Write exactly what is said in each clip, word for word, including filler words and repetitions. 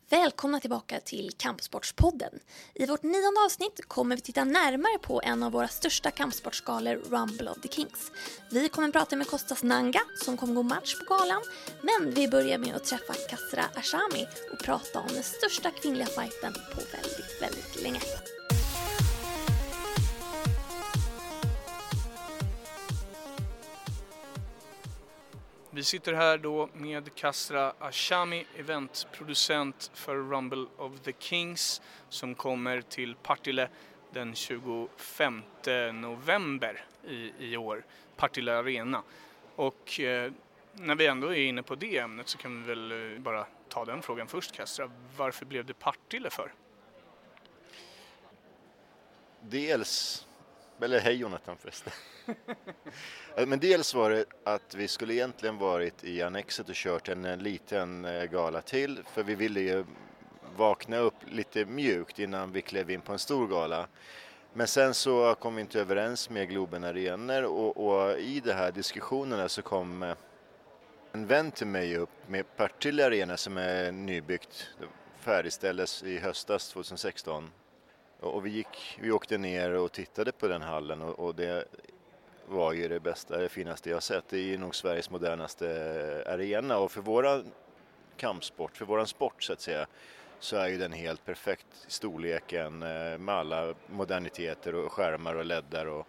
Välkomna tillbaka till Kampsportspodden. I vårt nionde avsnitt kommer vi titta närmare på en av våra största kampsportsgalor, Rumble of the Kings. Vi kommer prata med Kostas Nanga som kommer gå match på galan, men vi börjar med att träffa Kasra Ashami och prata om den största kvinnliga fighten på väldigt, väldigt länge. Vi sitter här då med Kasra Ashami, eventproducent för Rumble of the Kings, som kommer till Partille den tjugofemte november i, i år, Partille Arena. Och eh, när vi ändå är inne på det ämnet så kan vi väl eh, bara ta den frågan först, Kasra. Varför blev det Partille för? Dels, eller hej Jonathan förresten. Men dels var det att vi skulle egentligen varit i Annexet och kört en liten gala till. För vi ville ju vakna upp lite mjukt innan vi klev in på en stor gala. Men sen så kom vi inte överens med Globen Arenor och, och i de här diskussionerna så kom en vän till mig upp med Partille Arena som är nybyggt. Färdigställdes i höstas tjugohundrasexton. Och vi, gick, vi åkte ner och tittade på den hallen och, och det var ju det bästa, det finaste jag sett. Det är ju nog Sveriges modernaste arena och för våran kampsport, för våran sport så att säga, så är ju den helt perfekt i storleken med alla moderniteter och skärmar och leddar. Och,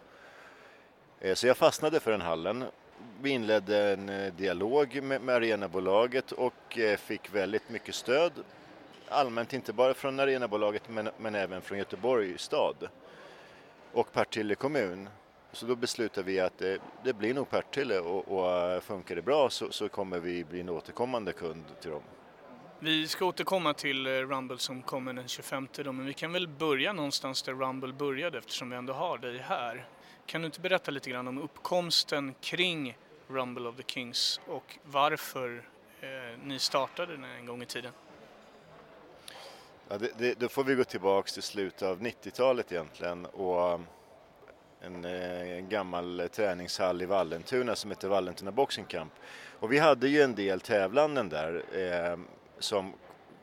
så jag fastnade för den hallen. Vi inledde en dialog med, med arenabolaget och fick väldigt mycket stöd. Allmänt inte bara från arenabolaget men, men även från Göteborg stad och Partille kommun. Så då beslutade vi att det, det blir nog Partille och, och funkar det bra så, så kommer vi bli en återkommande kund till dem. Vi ska återkomma till Rumble som kommer den tjugofemte då, men vi kan väl börja någonstans där Rumble började eftersom vi ändå har dig här. Kan du inte berätta lite grann om uppkomsten kring Rumble of the Kings och varför eh, ni startade den en gång i tiden? Ja, det, det, då får vi gå tillbaka till slutet av nittiotalet egentligen och en, en gammal träningshall i Vallentuna som heter Vallentuna Boxing Camp. Och vi hade ju en del tävlanden där eh, som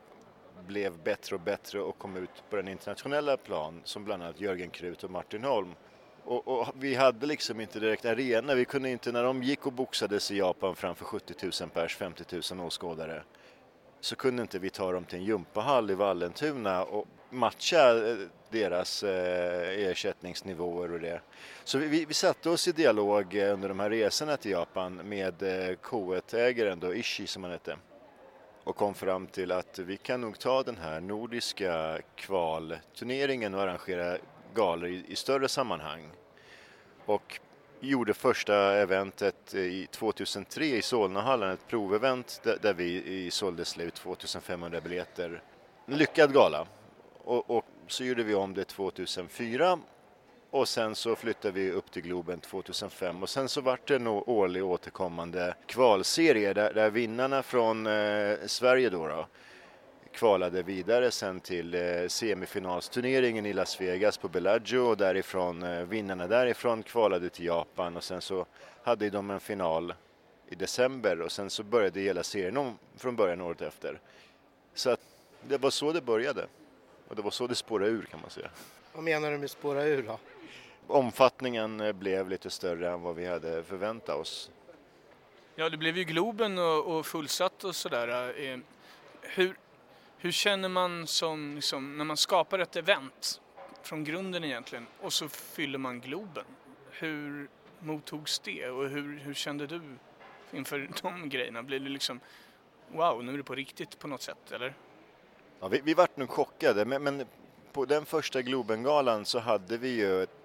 blev bättre och bättre och kom ut på den internationella plan som bland annat Jörgen Krut och Martin Holm. Och, och vi hade liksom inte direkt arena, vi kunde inte när de gick och boxades i Japan framför sjuttio tusen pers, femtio tusen åskådare. Så kunde inte vi ta dem till en gympahall i Vallentuna och matcha deras eh, ersättningsnivåer och det. Så vi, vi satte oss i dialog under de här resorna till Japan med eh, K ett-ägaren då, Ishii som han hette. Och kom fram till att vi kan nog ta den här nordiska kvalturneringen och arrangera galor i, i större sammanhang. Och gjorde första eventet i tjugohundratre i Solnahallen, ett provevent där, där vi sålde slut tvåtusenfemhundra biljetter. En lyckad gala. Och, och så gjorde vi om det tjugohundrafyra och sen så flyttade vi upp till Globen tjugohundrafem och sen så var det en årlig återkommande kvalserie där, där vinnarna från eh, Sverige då, då kvalade vidare sen till eh, semifinalsturneringen i Las Vegas på Bellagio och därifrån, eh, vinnarna därifrån kvalade till Japan och sen så hade de en final i december och sen så började hela serien om från början året efter. Så att det var så det började och det var så det spårade ur kan man säga. Vad menar du med spåra ur då? Omfattningen blev lite större än vad vi hade förväntat oss. Ja, det blev ju Globen och, och fullsatt och sådär. Eh, hur... Hur känner man som liksom, när man skapar ett event från grunden egentligen och så fyller man Globen? Hur mottogs det och hur, hur kände du inför de grejerna? Blev det liksom, wow, nu är det på riktigt på något sätt, eller? Ja, vi, vi vart nog chockade, men, men på den första Globengalan så hade vi ju ett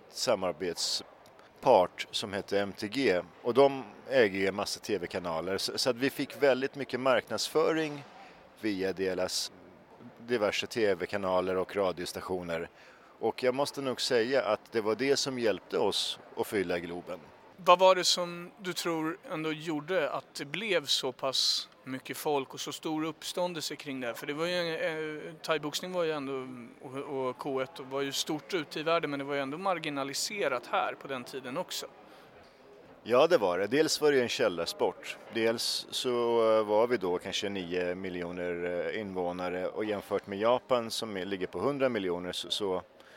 samarbetspart som hette M T G och de äger ju en massa tv-kanaler så, så att vi fick väldigt mycket marknadsföring via deras diverse tv-kanaler och radiostationer. Och jag måste nog säga att det var det som hjälpte oss att fylla Globen. Vad var det som du tror ändå gjorde att det blev så pass mycket folk och så stor uppståndelse kring det? För det var ju, eh, thaiboxning var ju ändå, och, och K ett var ju stort ute i världen men det var ju ändå marginaliserat här på den tiden också. Ja, det var det. Dels var det en källarsport. Dels så var vi då kanske nio miljoner invånare och jämfört med Japan som ligger på hundra miljoner så, så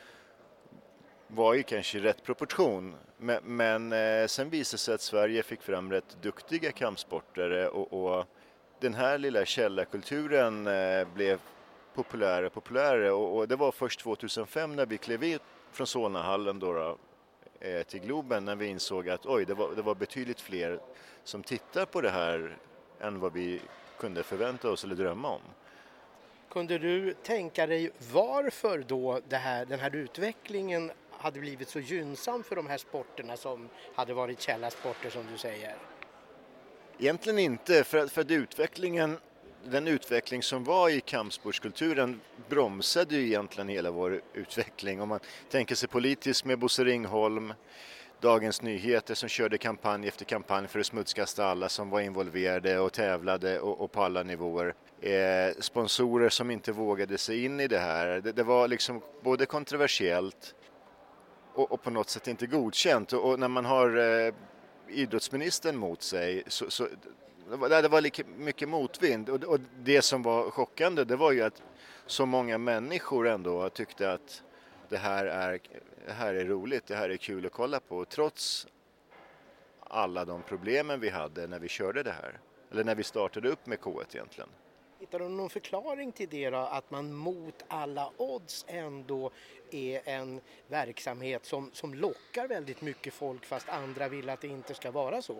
var ju kanske rätt proportion. Men, men eh, sen visade det sig att Sverige fick fram rätt duktiga kampsportare och, och den här lilla källarkulturen eh, blev populärare och populärare och, och det var först tjugohundrafem när vi klev ut från Solnahallen då, då eh, till Globen när vi insåg att oj, det var, det var betydligt fler som tittar på det här än vad vi kunde förvänta oss eller drömma om. Kunde du tänka dig varför då det här, den här utvecklingen hade blivit så gynnsam för de här sporterna som hade varit källarsporter som du säger? Egentligen inte, för att, för att utvecklingen, den utveckling som var i kampsportskulturen bromsade ju egentligen hela vår utveckling. Om man tänker sig politiskt med Bosse Ringholm, Dagens Nyheter som körde kampanj efter kampanj för att smutskasta alla som var involverade och tävlade och, och på alla nivåer. Eh, sponsorer som inte vågade sig in i det här. Det, det var liksom både kontroversiellt och, och på något sätt inte godkänt. Och, och när man har eh, idrottsministern mot sig så, så det var, det var lika mycket motvind. Och, och det som var chockande det var ju att så många människor ändå tyckte att det här är, det här är roligt, det här är kul att kolla på. Trots alla de problemen vi hade när vi körde det här. Eller när vi startade upp med K ett egentligen. Hittar du någon förklaring till det då, att man mot alla odds ändå är en verksamhet som, som lockar väldigt mycket folk fast andra vill att det inte ska vara så?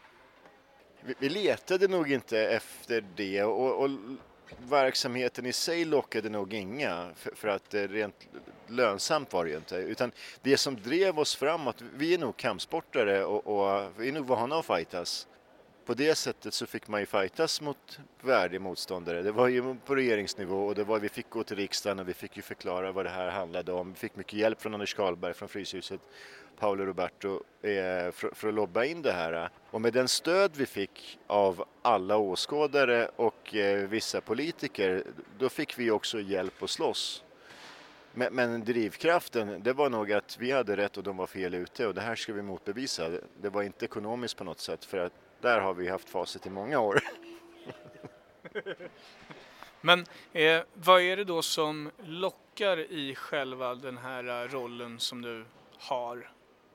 Vi, vi letade nog inte efter det och, och verksamheten i sig lockade nog inga för, för att det rent lönsamt var det inte. Utan det som drev oss framåt, vi är nog kampsportare och, och vi är nog vana att fightas. På det sättet så fick man ju fightas mot värdig motståndare. Det var ju på regeringsnivå och det var, vi fick gå till riksdagen och vi fick ju förklara vad det här handlade om. Vi fick mycket hjälp från Anders Karlberg från Fryshuset, Paolo Roberto eh, för, för att lobba in det här. Och med den stöd vi fick av alla åskådare och eh, vissa politiker, då fick vi också hjälp att slåss. Men, men drivkraften, det var nog att vi hade rätt och de var fel ute och det här ska vi motbevisa. Det, det var inte ekonomiskt på något sätt för att där har vi haft facit i många år. Men eh, vad är det då som lockar i själva den här rollen som du har?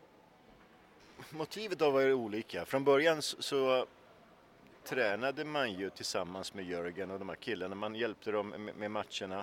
Motivet har varit olika. Från början så, så tränade man ju tillsammans med Jörgen och de här killarna. Man hjälpte dem med, med matcherna.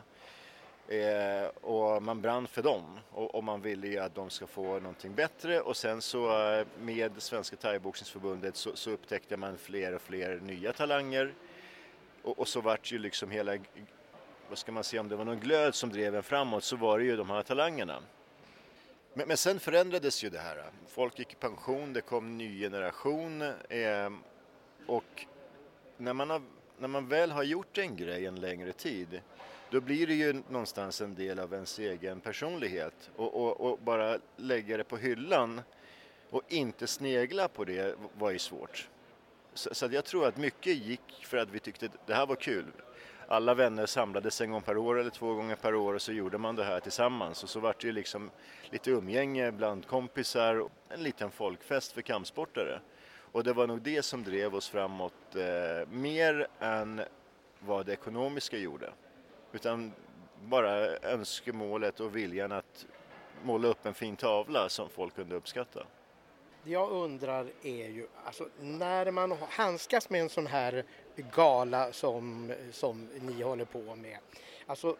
Eh, och man brann för dem och, och man ville ju att de ska få någonting bättre och sen så eh, med Svenska Thaiboxningsförbundet så, så upptäckte man fler och fler nya talanger och, och så vart ju liksom hela, vad ska man säga, om det var någon glöd som drev en framåt så var det ju de här talangerna. Men, men sen förändrades ju det här. Folk gick i pension, det kom en ny generation eh, och när man, har, när man väl har gjort en grej en längre tid då blir det ju någonstans en del av ens egen personlighet och, och, och bara lägga det på hyllan och inte snegla på det var ju svårt. Så, så jag tror att mycket gick för att vi tyckte att det här var kul. Alla vänner samlades en gång per år eller två gånger per år och så gjorde man det här tillsammans och så var det ju liksom lite umgänge bland kompisar och en liten folkfest för kampsportare. Och det var nog det som drev oss framåt eh, mer än vad det ekonomiska gjorde. Utan bara önskemålet och viljan att måla upp en fin tavla som folk kunde uppskatta. Det jag undrar är ju, alltså, när man handskas med en sån här gala som, som ni håller på med, alltså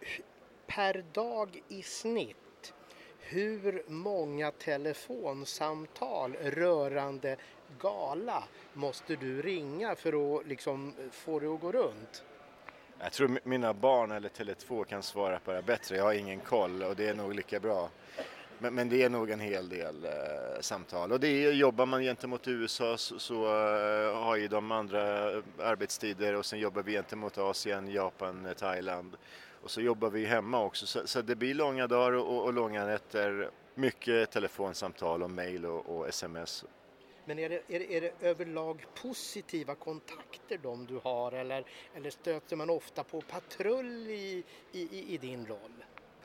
per dag i snitt, hur många telefonsamtal rörande gala måste du ringa för att liksom få det att gå runt? Jag tror mina barn eller Tele två kan svara på det bättre. Jag har ingen koll och det är nog lika bra. Men, men det är nog en hel del eh, samtal. Och det är, jobbar man gentemot U S A så, så eh, har ju de andra arbetstider och sen jobbar vi gentemot Asien, Japan, Thailand. Och så jobbar vi hemma också. Så, så det blir långa dagar och, och långa nätter. Mycket telefonsamtal och mejl och, och sms. Men är det, är, det, är det överlag positiva kontakter de du har eller, eller stöter man ofta på patrull i, i, i din roll?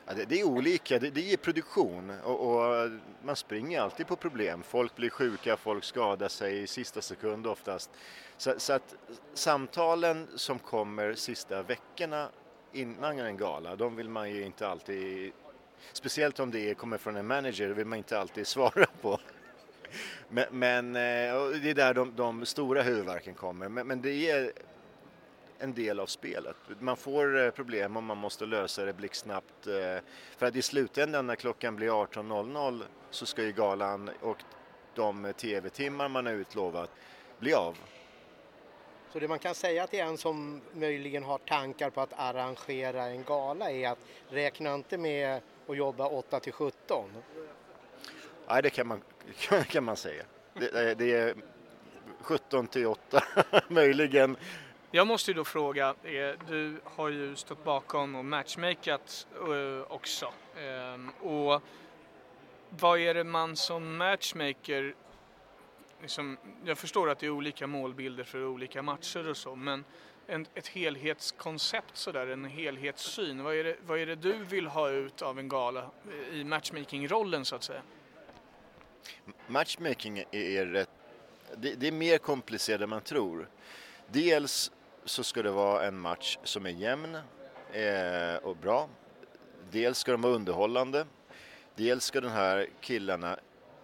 Ja, det, det är olika, det, det är produktion och, och man springer alltid på problem. Folk blir sjuka, folk skadar sig i sista sekund oftast. Så, så att samtalen som kommer sista veckorna innan en gala, de vill man ju inte alltid, speciellt om det kommer från en manager, vill man inte alltid svara på. Men, men det är där de, de stora huvudverken kommer. Men, men det är en del av spelet. Man får problem om man måste lösa det blixtsnabbt. För att i slutändan när klockan blir arton noll noll så ska ju galan och de tv-timmar man har utlovat bli av. Så det man kan säga till en som möjligen har tankar på att arrangera en gala är att räkna inte med att jobba åtta till sjutton. Nej, det kan man, kan man säga. Det, det är sjutton till åtta möjligen. Jag måste ju då fråga, du har ju stått bakom och matchmakat också. Och vad är det man som matchmaker, liksom, jag förstår att det är olika målbilder för olika matcher och så, men en, ett helhetskoncept sådär, en helhetssyn, vad är, det, vad är det du vill ha ut av en gala i matchmaking-rollen så att säga? Matchmaking är rätt, det, det är mer komplicerat än man tror. Dels så ska det vara en match som är jämn eh, och bra. Dels ska de vara underhållande. Dels ska de här killarna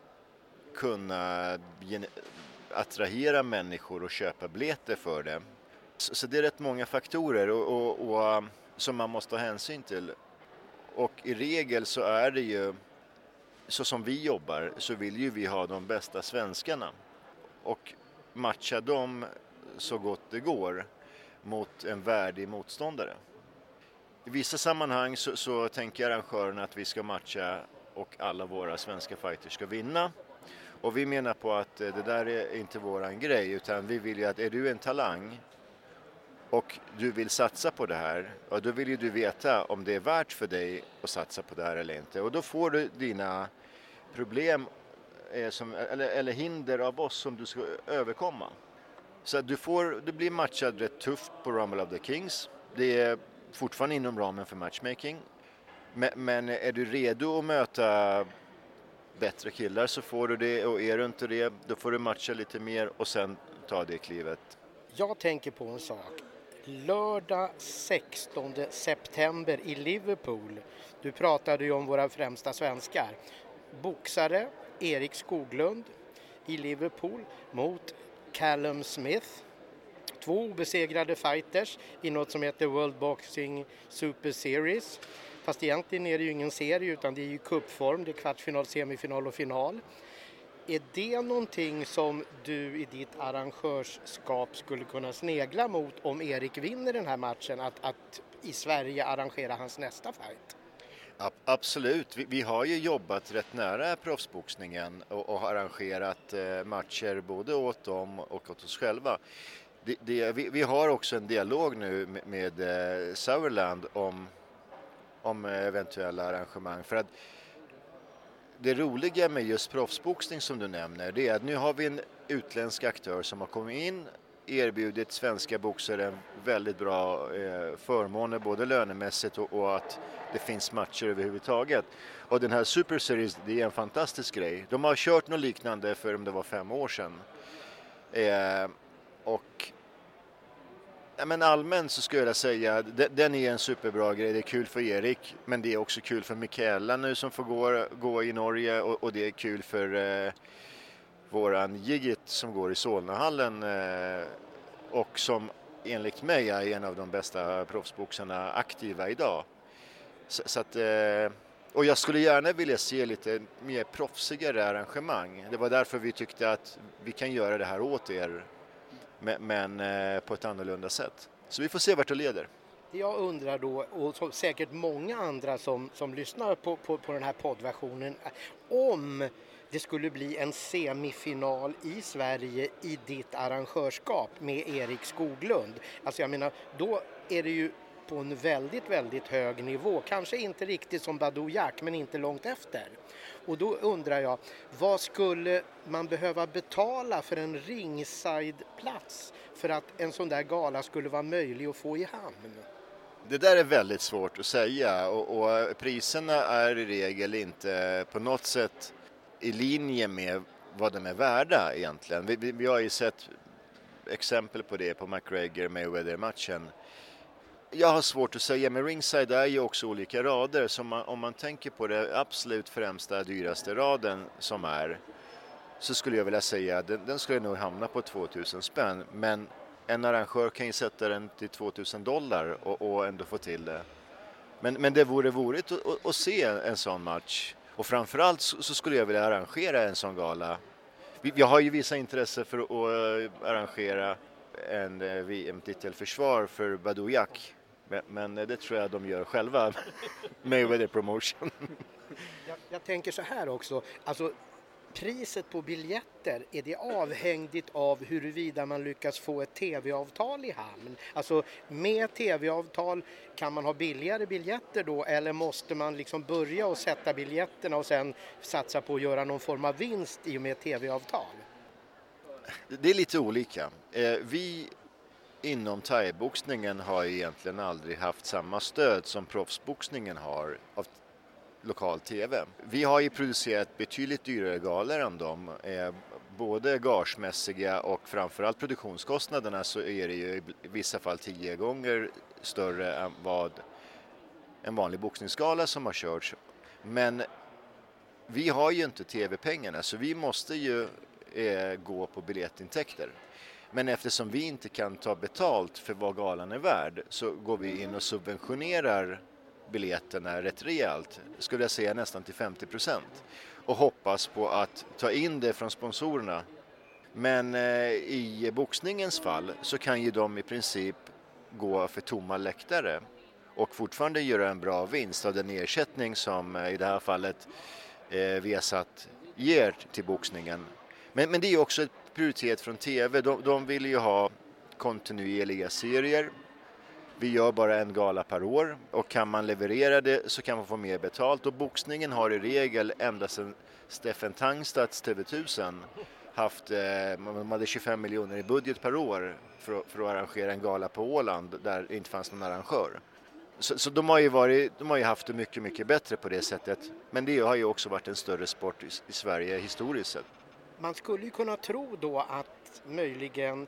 kunna attrahera människor och köpa biljetter för det. Så, så det är rätt många faktorer och, och, och, som man måste ta hänsyn till. Och i regel så är det ju, så som vi jobbar, så vill ju vi ha de bästa svenskarna. Och matcha dem så gott det går mot en värdig motståndare. I vissa sammanhang så, så tänker arrangörerna att vi ska matcha och alla våra svenska fighters ska vinna. Och vi menar på att det där är inte våran grej, utan vi vill ju att är du en talang och du vill satsa på det här, och då vill ju du veta om det är värt för dig att satsa på det här eller inte. Och då får du dina problem eh, som, eller, eller hinder av oss som du ska överkomma. Så att du, får, du blir matchad rätt tufft på Rumble of the Kings. Det är fortfarande inom ramen för matchmaking. Men, men är du redo att möta bättre killar så får du det, och är du inte det, då får du matcha lite mer och sen ta det klivet. Jag tänker på en sak. Lördag sextonde september i Liverpool. Du pratade ju om våra främsta svenskar. Boxare Erik Skoglund i Liverpool mot Callum Smith. Två obesegrade fighters i något som heter World Boxing Super Series. Fast egentligen är det ju ingen serie utan det är ju cupform. Det är kvartsfinal, semifinal och final. Är det någonting som du i ditt arrangörskap skulle kunna snegla mot om Erik vinner den här matchen? Att, att i Sverige arrangera hans nästa fight? Absolut. Vi, vi har ju jobbat rätt nära proffsboxningen och, och arrangerat eh, matcher både åt dem och åt oss själva. Det, det, vi, vi har också en dialog nu med, med eh, Sauerland om, om eventuella arrangemang. För att det roliga med just proffsboxning som du nämner, det är att nu har vi en utländsk aktör som har kommit in, erbjudit svenska boxare en väldigt bra eh, förmåner både lönemässigt och, och att det finns matcher överhuvudtaget. Och den här Super Series, det är en fantastisk grej. De har kört något liknande för om det var fem år sedan. Eh, och ja, men allmänt så skulle jag säga att den är en superbra grej. Det är kul för Erik, men det är också kul för Mikaela nu som får gå, gå i Norge, och, och det är kul för eh, våran Gigit som går i Solnahallen eh, och som enligt mig är en av de bästa proffsboxarna aktiva idag. Så, så att, eh, och jag skulle gärna vilja se lite mer proffsigare arrangemang. Det var därför vi tyckte att vi kan göra det här åt er, men, men eh, på ett annorlunda sätt. Så vi får se vart det leder. Jag undrar då, och så, säkert många andra som, som lyssnar på, på, på den här poddversionen, om det skulle bli en semifinal i Sverige i ditt arrangörskap med Erik Skoglund. Alltså jag menar, då är det ju på en väldigt, väldigt hög nivå. Kanske inte riktigt som Badou Jack, men inte långt efter. Och då undrar jag, vad skulle man behöva betala för en ringside-plats för att en sån där gala skulle vara möjlig att få i hamn? Det där är väldigt svårt att säga och, och priserna är i regel inte på något sätt i linje med vad de är värda egentligen. Vi, vi, vi har ju sett exempel på det på McGregor-Mayweather-matchen. Jag har svårt att säga, men ringside är ju också olika rader. Så man, om man tänker på det absolut främsta, dyraste raden som är, så skulle jag vilja säga att den, den skulle nog hamna på tvåtusen spänn. Men en arrangör kan ju sätta den till tvåtusen dollar och, och ändå få till det. Men, men det vore roligt att, att, att se en sån match. Och framförallt så, så skulle jag vilja arrangera en sån gala. Vi, jag har ju vissa intresse för att, att arrangera en V M-titelförsvar för Badou Jack. Men, men det tror jag de gör själva. Mayweather Promotion. Jag, jag tänker så här också. Alltså, priset på biljetter, är det avhängigt av huruvida man lyckas få ett tv-avtal i hamn? Alltså med tv-avtal, kan man ha billigare biljetter då, eller måste man liksom börja och sätta biljetterna och sen satsa på att göra någon form av vinst i och med tv-avtal? Det är lite olika. Vi inom thaiboxningen har egentligen aldrig haft samma stöd som proffsboxningen har av lokal tv. Vi har ju producerat betydligt dyrare galor än dem. Eh, både gagemässiga och framförallt produktionskostnaderna, så är det ju i vissa fall tio gånger större än vad en vanlig boxningsgala som har körts. Men vi har ju inte tv-pengarna, så vi måste ju eh, gå på biljettintäkter. Men eftersom vi inte kan ta betalt för vad galan är värd, så går vi in och subventionerar biljetterna rätt rejält, skulle jag säga nästan till femtio procent, och hoppas på att ta in det från sponsorerna. Men eh, i boxningens fall så kan ju de i princip gå för tomma läktare och fortfarande göra en bra vinst av den ersättning som eh, i det här fallet eh, Viasat ger till boxningen. Men, men det är också ett prioritet från tv. De, de vill ju ha kontinuerliga serier. Vi gör bara en gala per år, och kan man leverera det så kan man få mer betalt. Och boxningen har i regel ända sedan Steffen Tangstads T V tusen haft, eh, man hade tjugofem miljoner i budget per år för, för att arrangera en gala på Åland där det inte fanns någon arrangör. Så, så de har ju varit, de har ju haft det mycket, mycket bättre på det sättet. Men det har ju också varit en större sport i, i Sverige historiskt sett. Man skulle ju kunna tro då att möjligen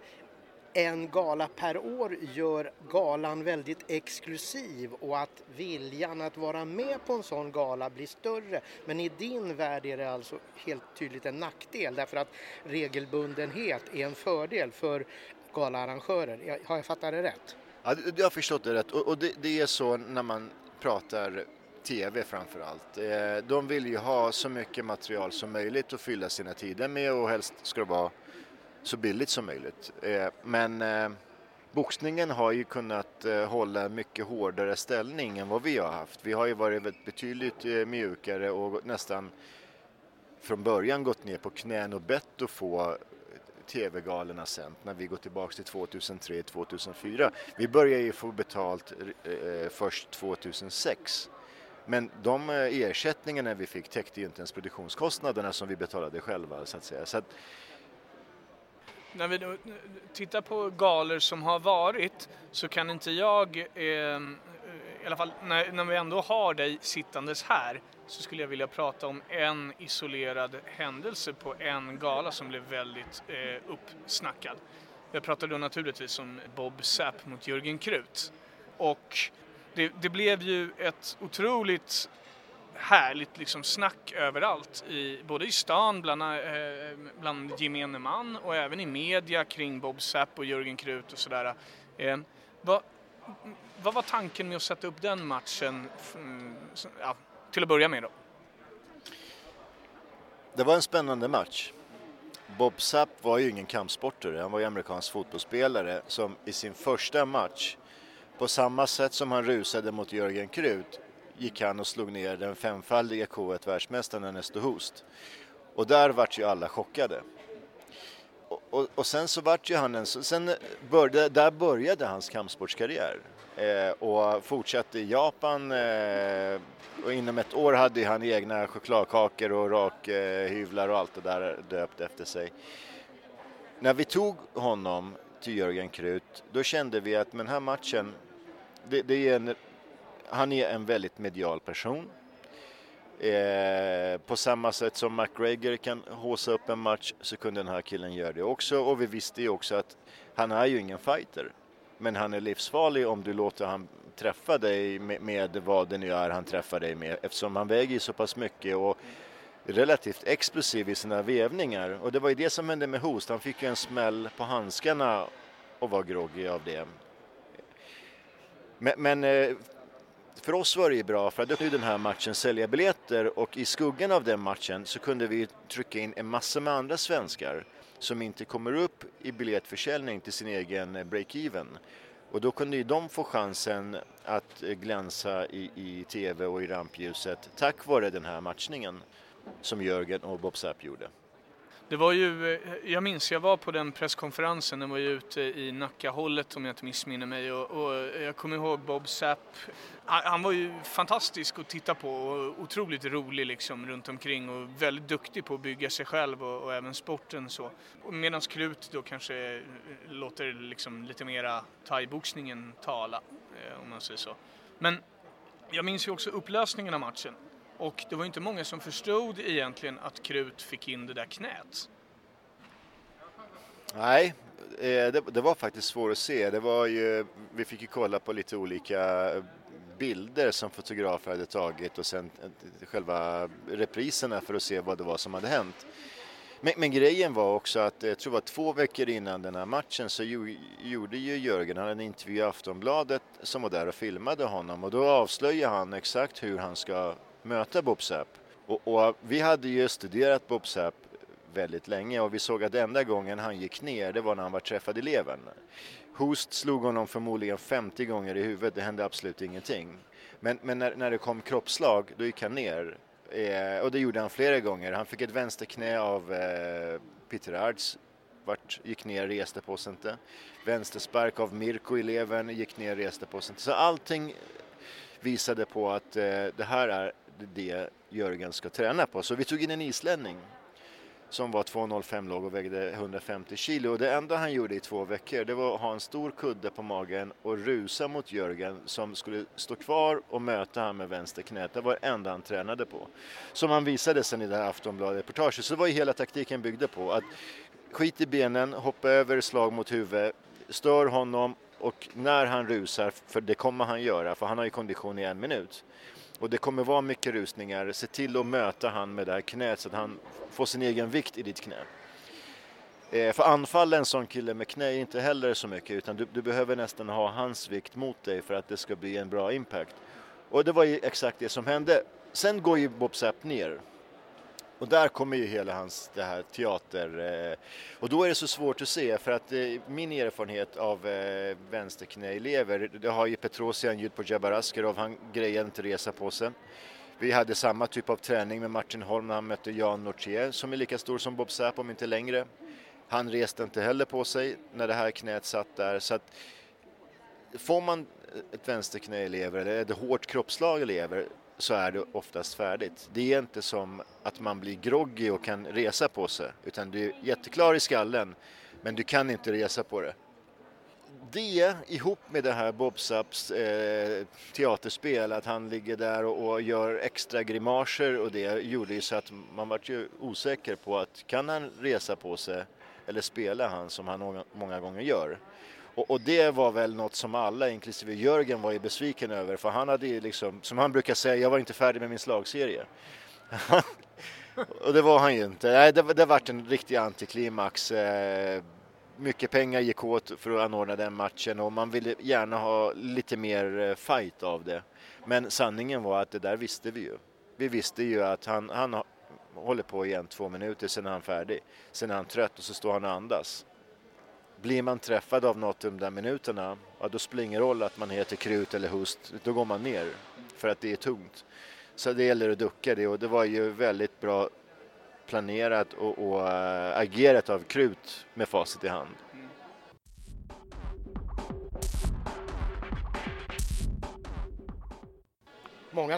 en gala per år gör galan väldigt exklusiv och att viljan att vara med på en sån gala blir större. Men i din värld är det alltså helt tydligt en nackdel, därför att regelbundenhet är en fördel för galaarrangörer. Har jag fattat det rätt? Ja, du har förstått det rätt. Och, och det, det är så när man pratar tv framför allt. De vill ju ha så mycket material som möjligt att fylla sina tider med, och helst ska det vara så billigt som möjligt. Men eh, boxningen har ju kunnat eh, hålla mycket hårdare ställning än vad vi har haft. Vi har ju varit betydligt eh, mjukare och nästan från början gått ner på knän och bett att få tv-galorna sen när vi går tillbaka till tvåtusentre till tvåtusenfyra. Vi började ju få betalt eh, först tvåtusensex. Men de ersättningarna vi fick täckte ju inte ens produktionskostnaderna som vi betalade själva, så att säga. Så att när vi då tittar på galor som har varit, så kan inte jag, eh, i alla fall när, när vi ändå har dig sittandes här, så skulle jag vilja prata om en isolerad händelse på en gala som blev väldigt eh, uppsnackad. Jag pratade då naturligtvis om Bob Sapp mot Jürgen Kruth. Och det, det blev ju ett otroligt härligt liksom snack överallt, i, både i stan bland, eh, bland gemene man och även i media kring Bob Sapp och Jürgen Kruth och sådär. Eh, vad, vad var tanken med att sätta upp den matchen mm, ja, till att börja med då? Det var en spännande match. Bob Sapp var ju ingen kampsportare, han var ju amerikansk fotbollsspelare som i sin första match, på samma sätt som han rusade mot Jürgen Kruth, gick han och slog ner den femfaldiga K ett-världsmästaren Ernesto Hoost. Och där vart ju alla chockade. Och, och, och sen så vart ju han en, sen började, där började hans kampsportskarriär. Eh, och fortsatte i Japan. Eh, och inom ett år hade han egna chokladkakor och rakhyvlar eh, och allt det där döpt efter sig. När vi tog honom till Jürgen Kruth, då kände vi att med den här matchen det, det är en, han är en väldigt medial person. Eh, på samma sätt som McGregor kan håsa upp en match så kunde den här killen göra det också. Och vi visste ju också att han är ju ingen fighter. Men han är livsfarlig om du låter han träffa dig med, med vad det nu är han träffar dig med. Eftersom han väger så pass mycket och relativt explosiv i sina vävningar. Och det var ju det som hände med Host. Han fick ju en smäll på handskarna och var groggy av det. Men, men för oss var det ju bra för att nu den här matchen sälja biljetter, och i skuggan av den matchen så kunde vi trycka in en massa med andra svenskar som inte kommer upp i biljettförsäljning till sin egen break-even. Och då kunde ju de få chansen att glänsa i, i tv och i rampljuset tack vare den här matchningen som Jörgen och Bob Sapp gjorde. Det var ju, jag minns jag var på den presskonferensen, den var ju ute i Nacka-hållet om jag inte missminner mig, och, och jag kommer ihåg Bob Sapp, han, han var ju fantastisk att titta på och otroligt rolig liksom runt omkring och väldigt duktig på att bygga sig själv och, och även sporten så. Medan Krut då kanske låter liksom lite mera thai-boxningen tala, om man säger så. Men jag minns ju också upplösningen av matchen. Och det var inte många som förstod egentligen att Krut fick in det där knät. Nej, det, det var faktiskt svårt att se. Det var ju, vi fick ju kolla på lite olika bilder som fotografer hade tagit och sen själva repriserna för att se vad det var som hade hänt. Men, men grejen var också att jag tror det var två veckor innan den här matchen så ju, gjorde ju Jörgen, han hade en intervju i Aftonbladet som var där och filmade honom, och då avslöjade han exakt hur han ska möta Bob Sapp. Och, och vi hade ju studerat Bob Sapp väldigt länge och vi såg att enda gången han gick ner det var när han var träffad i levern. Host slog honom förmodligen femtio gånger i huvudet, det hände absolut ingenting. Men, men när, när det kom kroppslag då gick han ner. Eh, och det gjorde han flera gånger. Han fick ett vänsterknä av eh, Peter Arts, vart gick ner, reste på sig inte. Vänsterspark av Mirko i levern, gick ner, reste på sig inte. Så allting visade på att eh, det här är det Jörgen ska träna på. Så vi tog in en islänning som var två noll fem låg och vägde hundrafemtio kilo. Och det enda han gjorde i två veckor det var att ha en stor kudde på magen och rusa mot Jörgen som skulle stå kvar och möta han med vänsterknät. Det var det enda han tränade på. Som han visade sen i det här Aftonbladet-reportaget. Så det var ju hela taktiken byggde på att skit i benen, hoppa över slag mot huvudet, stör honom och när han rusar, för det kommer han göra för han har ju kondition i en minut. Och det kommer vara mycket rusningar. Se till att möta han med det här knät så att han får sin egen vikt i ditt knä. Eh, för anfalla en sån kille med knä är inte heller så mycket utan du, du behöver nästan ha hans vikt mot dig för att det ska bli en bra impact. Och det var ju exakt det som hände. Sen går ju Bob Sapp ner. Och där kommer ju hela hans det här teater. Eh, och då är det så svårt att se för att eh, min erfarenhet av eh, vänsterknäelever, det har ju Petrosian ljud på Jabbar Askerov, han grejade inte resa på sig. Vi hade samma typ av träning med Martin Holm när han mötte Jan Nortier som är lika stor som Bob Sapp om inte längre. Han reste inte heller på sig när det här knät satt där. Så att får man ett vänsterknäelever eller ett hårt kroppslag elever så är det oftast färdigt. Det är inte som att man blir groggy och kan resa på sig utan du är jätteklar i skallen men du kan inte resa på det. Det ihop med det här Bob Sapps eh, teaterspel att han ligger där och, och gör extra grimaser och det gjorde ju så att man var ju osäker på att kan han resa på sig eller spela han som han många, många gånger gör. Och, och det var väl något som alla, inklusive Jörgen, var ju besviken över. För han hade ju liksom, som han brukar säga, jag var inte färdig med min slagserie. Och det var han ju inte. Nej, det, det var en riktig antiklimax. Eh, mycket pengar gick åt för att anordna den matchen. Och man ville gärna ha lite mer fight av det. Men sanningen var att det där visste vi ju. Vi visste ju att han, han håller på igen två minuter, sen är han färdig. Sen är han trött och så står han och andas. Blir man träffad av något de där minuterna, ja, då spelar det ingen roll att man heter Krut eller Host. Då går man ner för att det är tungt. Så det gäller att ducka det och det var ju väldigt bra planerat och, och äh, agerat av Krut med facit i hand. Många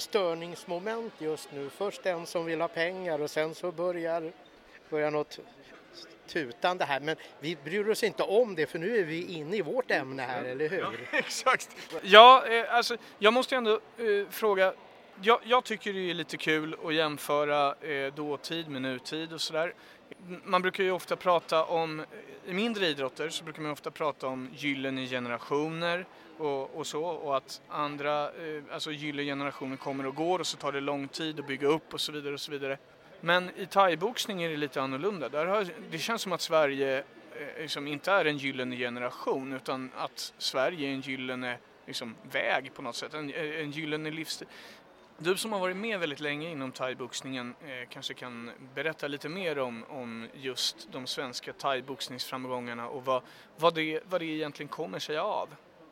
störningsmoment just nu. Först en som vill ha pengar och sen så börjar, börjar något tutande här, men vi bryr oss inte om det för nu är vi inne i vårt ämne här, eller hur? Ja, exakt. Ja, eh, alltså jag måste ändå eh, fråga, jag, jag tycker det är lite kul att jämföra eh, dåtid med nutid och sådär. Man brukar ju ofta prata om, i mindre idrotter så brukar man ofta prata om gyllene generationer och, och så, och att andra, eh, alltså gyllene generationer kommer och går och så tar det lång tid att bygga upp och så vidare och så vidare. Men i thaiboxning är det lite annorlunda. Där har, det känns som att Sverige eh, liksom inte är en gyllene generation utan att Sverige är en gyllene liksom, väg på något sätt, en, en gyllene livsstil. Du som har varit med väldigt länge inom thaiboxningen eh, kanske kan berätta lite mer om, om just de svenska thaiboxningsframgångarna och vad, vad, det, vad det egentligen kommer sig av.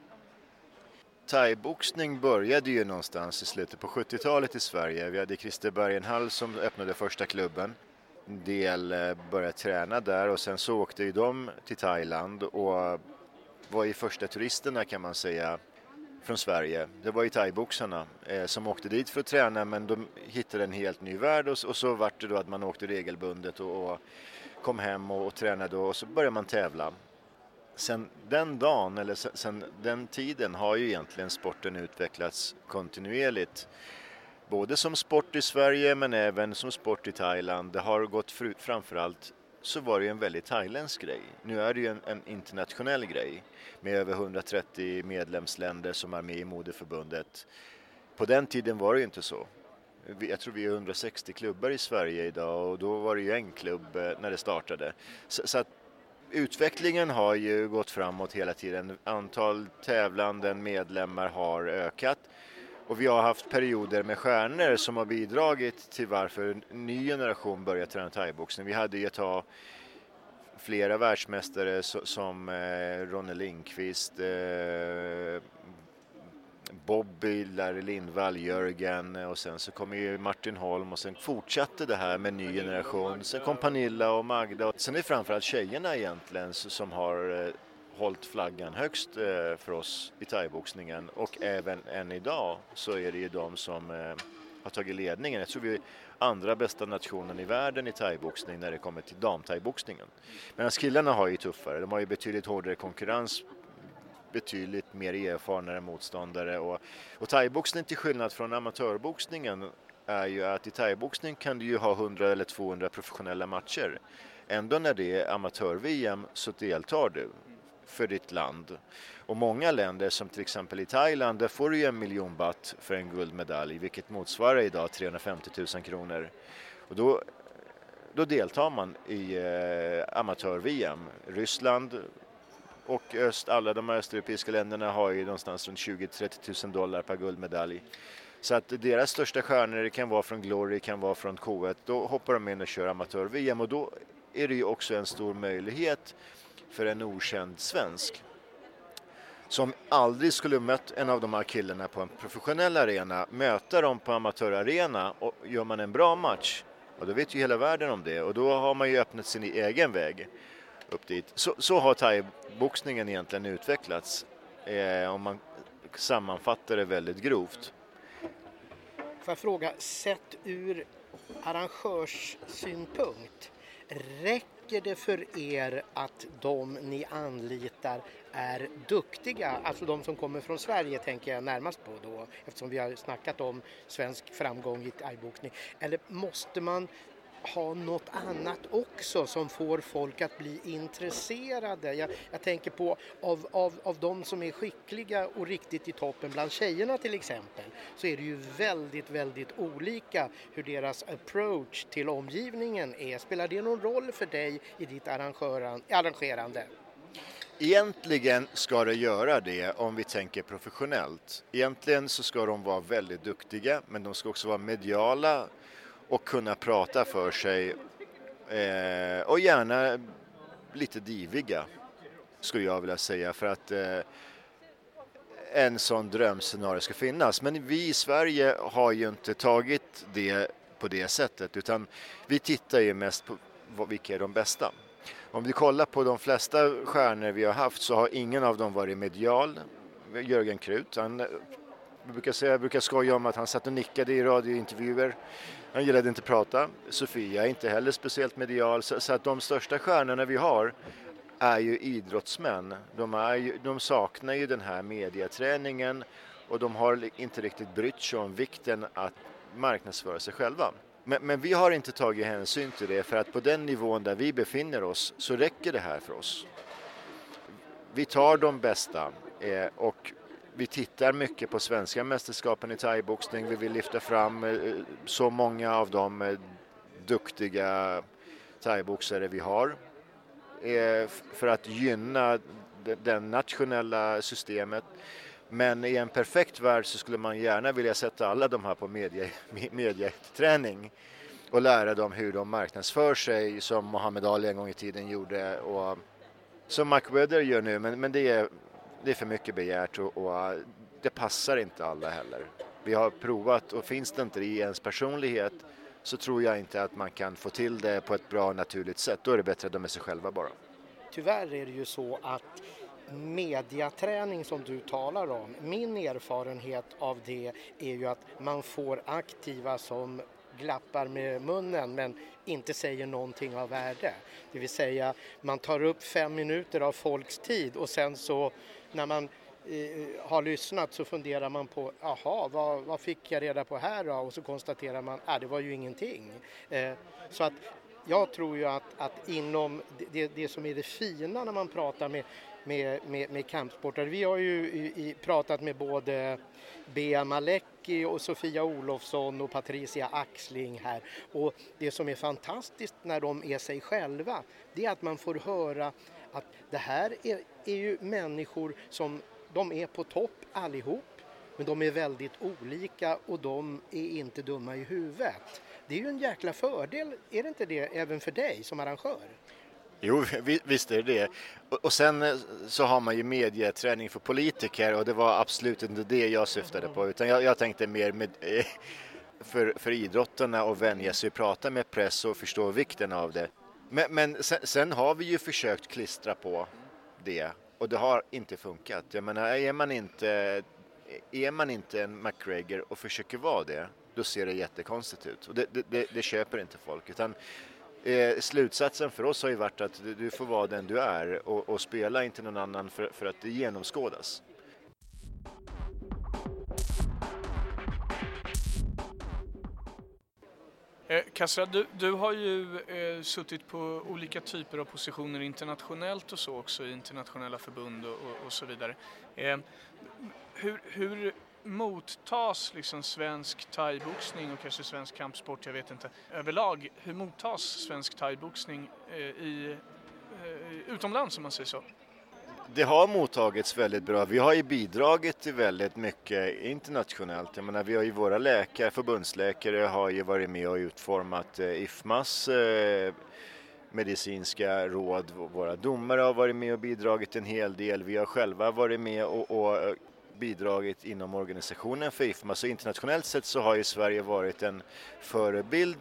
Thaiboxning började ju någonstans i slutet på sjuttiotalet i Sverige. Vi hade Christer Bergenhall som öppnade första klubben. En del började träna där och sen så åkte ju de till Thailand och var ju första turisterna kan man säga från Sverige. Det var ju thaiboxarna eh, som åkte dit för att träna, men de hittade en helt ny värld och, och så var det då att man åkte regelbundet och, och kom hem och, och tränade och så började man tävla. Sen den dagen, eller sen, sen den tiden har ju egentligen sporten utvecklats kontinuerligt. Både som sport i Sverige men även som sport i Thailand. Det har gått fr- framförallt så var det ju en väldigt thailändsk grej. Nu är det ju en, en internationell grej med över hundratrettio medlemsländer som är med i moderförbundet. På den tiden var det ju inte så. Jag tror vi är hundrasextio klubbar i Sverige idag och då var det ju en klubb när det startade. Så, så att utvecklingen har ju gått framåt hela tiden. Antal tävlanden medlemmar har ökat. Och vi har haft perioder med stjärnor som har bidragit till varför en ny generation börjar träna thaiboxning. Vi hade ju ett tag flera världsmästare som eh, Ronny Lindqvist, eh, Bobby, Larry Lindvall, Jörgen och sen så kom ju Martin Holm och sen fortsatte det här med en ny generation. Sen kom Pernilla och Magda. Sen är det framförallt tjejerna egentligen som har eh, hållit flaggan högst eh, för oss i thaiboxningen och även än idag så är det ju de som eh, har tagit ledningen. Jag tror vi är andra bästa nationen i världen i thaiboxning när det kommer till damthaiboxningen. Medan killarna har ju tuffare, de har ju betydligt hårdare konkurrens, betydligt mer erfarna motståndare och, och thaiboxning till skillnad från amatörboxningen är ju att i thaiboxning kan du ju ha hundra eller tvåhundra professionella matcher. Ändå när det är amatör-V M så deltar du för ditt land. Och många länder som till exempel i Thailand, där får du ju en miljon baht för en guldmedalj, vilket motsvarar idag trehundrafemtio tusen kronor. Och då, då deltar man i eh, amatör-V M. Ryssland och öst, alla de östeuropeiska länderna har ju någonstans runt tjugo till trettio tusen dollar per guldmedalj. Så att deras största stjärnor kan vara från Glory, kan vara från K ett. Då hoppar de in och kör amatör-V M och då är det ju också en stor möjlighet för en okänd svensk som aldrig skulle mött en av de här killarna på en professionell arena, möta dem på amatörarena och gör man en bra match, och då vet ju hela världen om det och då har man ju öppnat sin egen väg upp dit. Så, så har thai-boxningen egentligen utvecklats eh, om man sammanfattar det väldigt grovt. Får jag fråga, sett ur arrangörssynpunkt, räcker det för er att de ni anlitar är duktiga? Alltså de som kommer från Sverige tänker jag närmast på då, eftersom vi har snackat om svensk framgång i thaiboxning. Eller måste man ha något annat också som får folk att bli intresserade? Jag, jag tänker på av, av, av de som är skickliga och riktigt i toppen bland tjejerna till exempel, så är det ju väldigt, väldigt olika hur deras approach till omgivningen är. Spelar det någon roll för dig i ditt arrangerande? Egentligen ska det göra det om vi tänker professionellt. Egentligen så ska de vara väldigt duktiga, men de ska också vara mediala och kunna prata för sig eh, och gärna lite diviga skulle jag vilja säga, för att eh, en sån drömscenario ska finnas. Men vi i Sverige har ju inte tagit det på det sättet, utan vi tittar ju mest på vad, vilka är de bästa. Om vi kollar på de flesta stjärnor vi har haft så har ingen av dem varit medial. Jörgen Krut, han Jag brukar, säga, jag brukar skoja om att han satt och nickade i radiointervjuer. Han gillade inte prata. Sofia är inte heller speciellt medial. Så, så att de största stjärnorna vi har är ju idrottsmän. De, är ju, de saknar ju den här mediaträningen och de har inte riktigt brytt sig om vikten att marknadsföra sig själva. Men, men vi har inte tagit hänsyn till det, för att på den nivån där vi befinner oss så räcker det här för oss. Vi tar de bästa eh, och vi tittar mycket på svenska mästerskapen i thaiboxning. Vi vill lyfta fram eh, så många av de eh, duktiga thaiboxare vi har eh, för att gynna det, det nationella systemet. Men i en perfekt värld så skulle man gärna vilja sätta alla de här på media, mediaträning och lära dem hur de marknadsför sig, som Muhammad Ali en gång i tiden gjorde och som McWeather gör nu. Men, men det, är, det är för mycket begärt och, och det passar inte alla heller. Vi har provat, och finns det inte i ens personlighet så tror jag inte att man kan få till det på ett bra naturligt sätt. Då är det bättre att de är sig själva bara. Tyvärr är det ju så att mediaträning som du talar om, min erfarenhet av det är ju att man får aktiva som glappar med munnen men inte säger någonting av värde. Det vill säga man tar upp fem minuter av folks tid och sen så när man eh, har lyssnat så funderar man på jaha, vad, vad fick jag reda på här då? Och så konstaterar man att ah, det var ju ingenting. Eh, så att jag tror ju att, att inom det, det som är det fina när man pratar med Med, med, med kampsportare. Vi har ju i, i, pratat med både Bea Malecki och Sofia Olofsson och Patricia Axling här. Och det som är fantastiskt när de är sig själva, det är att man får höra att det här är, är ju människor som de är på topp allihop, men de är väldigt olika och de är inte dumma i huvudet. Det är ju en jäkla fördel, är det inte det, även för dig som arrangör? Jo, visst är det det. Och sen så har man ju medieträning för politiker och det var absolut inte det jag syftade på. Utan jag, jag tänkte mer med, för, för idrottarna och vänja sig att prata med press och förstå vikten av det. Men, men sen, sen har vi ju försökt klistra på det och det har inte funkat. Jag menar, är man inte, är man inte en McGregor och försöker vara det, då ser det jättekonstigt ut. Och det, det, det, det köper inte folk, utan Eh, slutsatsen för oss har ju varit att du får vara den du är och, och spela inte någon annan för, för att det genomskådas. Eh, Kassra, du, du har ju eh, suttit på olika typer av positioner internationellt och så också i internationella förbund och, och, och så vidare. Eh, hur, hur mottas liksom svensk thaiboxning och kanske svensk kampsport, jag vet inte, överlag, hur mottas svensk thaiboxning eh, i, eh, utomlands om man säger så? Det har mottagits väldigt bra. Vi har ju bidragit till väldigt mycket internationellt. Jag menar, vi har ju våra läkare, förbundsläkare har ju varit med och utformat eh, I F M A:s eh, medicinska råd. Våra domare har varit med och bidragit en hel del. Vi har själva varit med och, och bidragit inom organisationen för I F M A. Så internationellt sett så har ju Sverige varit en förebild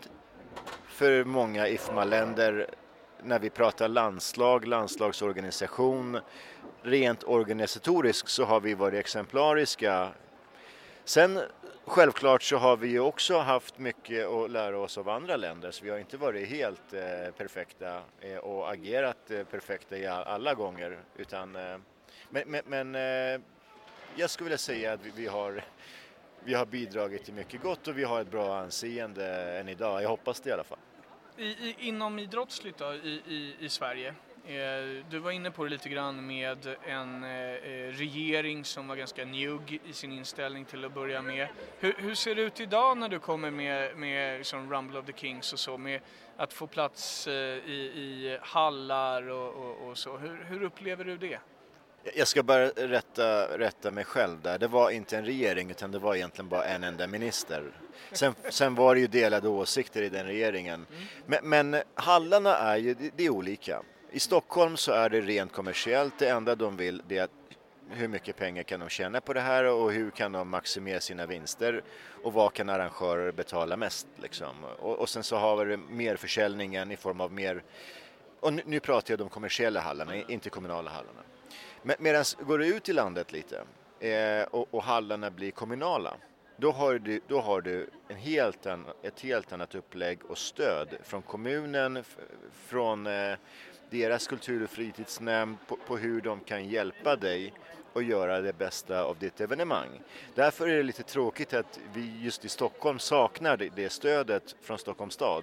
för många I F M A-länder när vi pratar landslag, landslagsorganisation. Rent organisatoriskt så har vi varit exemplariska. Sen självklart så har vi ju också haft mycket att lära oss av andra länder, så vi har inte varit helt eh, perfekta eh, och agerat eh, perfekta i alla gånger, utan eh, men, men, men eh, jag skulle vilja säga att vi, vi, har, vi har bidragit till mycket gott och vi har ett bra anseende än idag. Jag hoppas det i alla fall. I, i, inom idrottsligt då, i, i, i Sverige, eh, du var inne på det lite grann med en eh, regering som var ganska njugg i sin inställning till att börja med. Hur, hur ser det ut idag när du kommer med, med liksom Rumble of the Kings och så, med att få plats eh, i, i hallar och, och, och så? Hur, hur upplever du det? Jag ska bara rätta, rätta mig själv där. Det var inte en regering utan det var egentligen bara en enda minister. Sen, sen var det ju delade åsikter i den regeringen. Men, men hallarna är ju, det är olika. I Stockholm så är det rent kommersiellt. Det enda de vill det är att hur mycket pengar kan de tjäna på det här och hur kan de maximera sina vinster och vad kan arrangörer betala mest liksom. Och, och sen så har vi mer försäljningen i form av mer, och nu, nu pratar jag om de kommersiella hallarna, inte kommunala hallarna. Medan går det ut i landet lite eh, och, och hallarna blir kommunala. Då har du, då har du en helt an, ett helt annat upplägg och stöd från kommunen, f- från eh, deras kultur- och fritidsnämnd på, på hur de kan hjälpa dig och göra det bästa av ditt evenemang. Därför är det lite tråkigt att vi just i Stockholm saknar det, det stödet från Stockholms stad.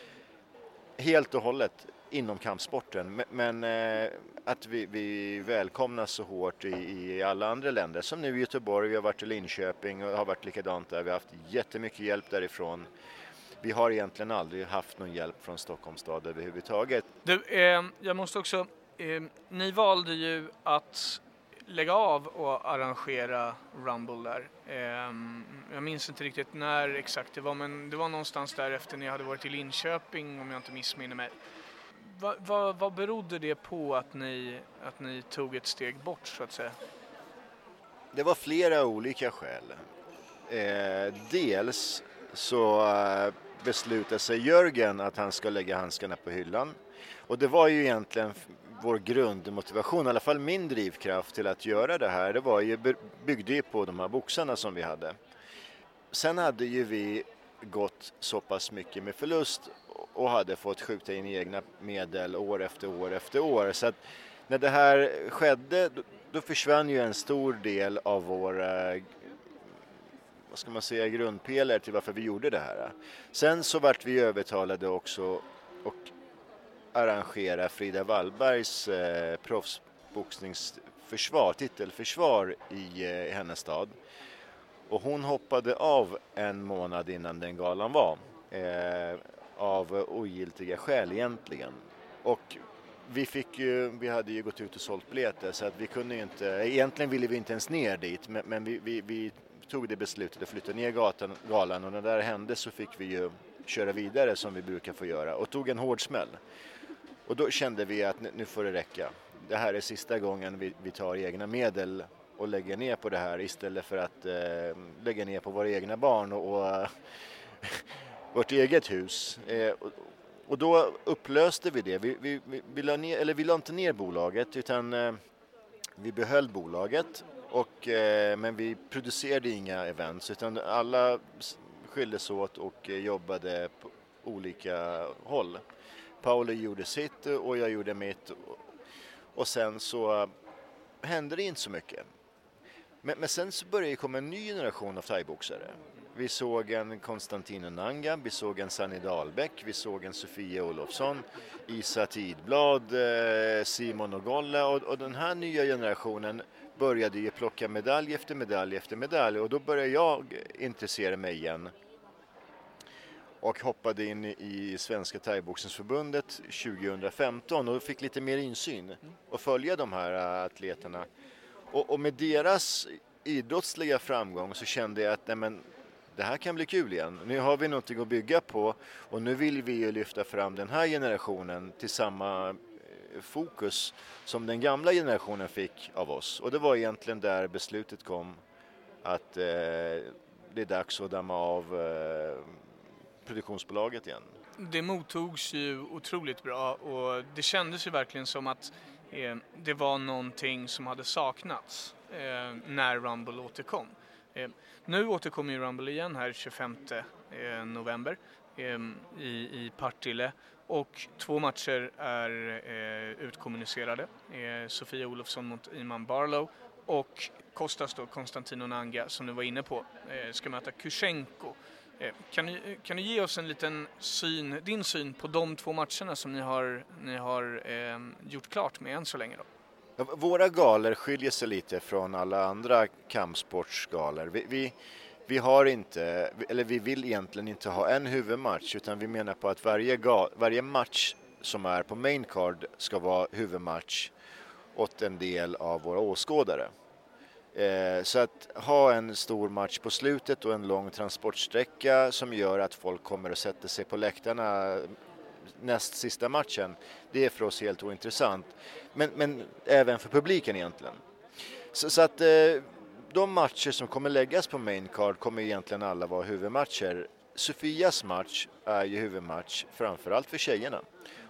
Helt och hållet inom kampsporten, men, men eh, att vi, vi välkomnas så hårt i, i alla andra länder. Som nu i Göteborg, vi har varit i Linköping och har varit likadant där. Vi har haft jättemycket hjälp därifrån. Vi har egentligen aldrig haft någon hjälp från Stockholms stad överhuvudtaget. Du, eh, jag måste också, eh, ni valde ju att lägga av och arrangera Rumble där. Eh, jag minns inte riktigt när exakt det var, men det var någonstans där efter ni hade varit i Linköping, om jag inte missminner mig. Va, va, vad berodde det på att ni, att ni tog ett steg bort, så att säga? Det var flera olika skäl. Eh, dels så eh, beslutade sig Jörgen att han ska lägga handskarna på hyllan. Och det var ju egentligen vår grundmotivation, i alla fall min drivkraft till att göra det här. Det var ju, byggde ju på de här boxarna som vi hade. Sen hade ju vi gått så pass mycket med förlust och hade fått skjuta in egna medel år efter år efter år. Så att när det här skedde, då, då försvann ju en stor del av vår eh, vad ska man säga, grundpelare till varför vi gjorde det här. Sen så vart vi övertalade också och arrangera Frida Wallbergs eh, proffsboxningsförsvar, titelförsvar i eh, hennes stad. Och hon hoppade av en månad innan den galan var. Eh, av ogiltiga skäl egentligen. Och vi fick ju, vi hade ju gått ut och sålt biljetter så att vi kunde ju inte, egentligen ville vi inte ens ner dit, men, men vi, vi, vi tog det beslutet att flytta ner gatan, galan, och när det där hände så fick vi ju köra vidare som vi brukar få göra och tog en hård smäll. Och då kände vi att nu får det räcka. Det här är sista gången vi, vi tar egna medel och lägger ner på det här istället för att eh, lägga ner på våra egna barn och, och vårt eget hus. Eh, och, och då upplöste vi det. Vi, vi, vi, vi, la ner, eller vi la inte ner bolaget utan eh, vi behöll bolaget. Och, eh, men vi producerade inga events utan alla skildes åt och eh, jobbade på olika håll. Paolo gjorde sitt och jag gjorde mitt. Och sen så hände det inte så mycket. Men, men sen så började det komma en ny generation av thaiboxare. Vi såg en Konstantino Nanga, vi såg en Sanny Dahlbäck, vi såg en Sofia Olofsson, Isa Tidblad, Simon Ogolla och, och den här nya generationen började ju plocka medalj efter medalj efter medalj och då började jag intressera mig igen. Och hoppade in i Svenska Thaiboxningsförbundet tjugohundrafemton och fick lite mer insyn och följa de här atleterna. Och, och med deras idrottsliga framgång så kände jag att nej men, det här kan bli kul igen. Nu har vi någonting att bygga på och nu vill vi ju lyfta fram den här generationen till samma fokus som den gamla generationen fick av oss. Och det var egentligen där beslutet kom att eh, det är dags att damma av eh, produktionsbolaget igen. Det mottogs ju otroligt bra och det kändes ju verkligen som att eh, det var någonting som hade saknats eh, när Rumble återkom. Eh, nu återkommer ju Rumble igen här tjugofemte november eh, i, i Partille och två matcher är eh, utkommunicerade. Eh, Sofia Olofsson mot Iman Barlow och Kostas då, Konstantino Nanga som du var inne på, eh, ska möta Kushenko. Kan du, kan du ge oss en liten syn, din syn på de två matcherna som ni har, ni har eh, gjort klart med än så länge då? Våra galer skiljer sig lite från alla andra kampsportsgaler. Vi, vi, vi har inte, eller vi vill egentligen inte ha en huvudmatch utan vi menar på att varje, gal, varje match som är på main card ska vara huvudmatch åt en del av våra åskådare. Eh, så att ha en stor match på slutet och en lång transportsträcka som gör att folk kommer att sätta sig på läktarna näst sista matchen, det är för oss helt ointressant. Men, men även för publiken egentligen. Så, så att eh, de matcher som kommer läggas på main card kommer egentligen alla vara huvudmatcher. Sofias match är ju huvudmatch framförallt för tjejerna.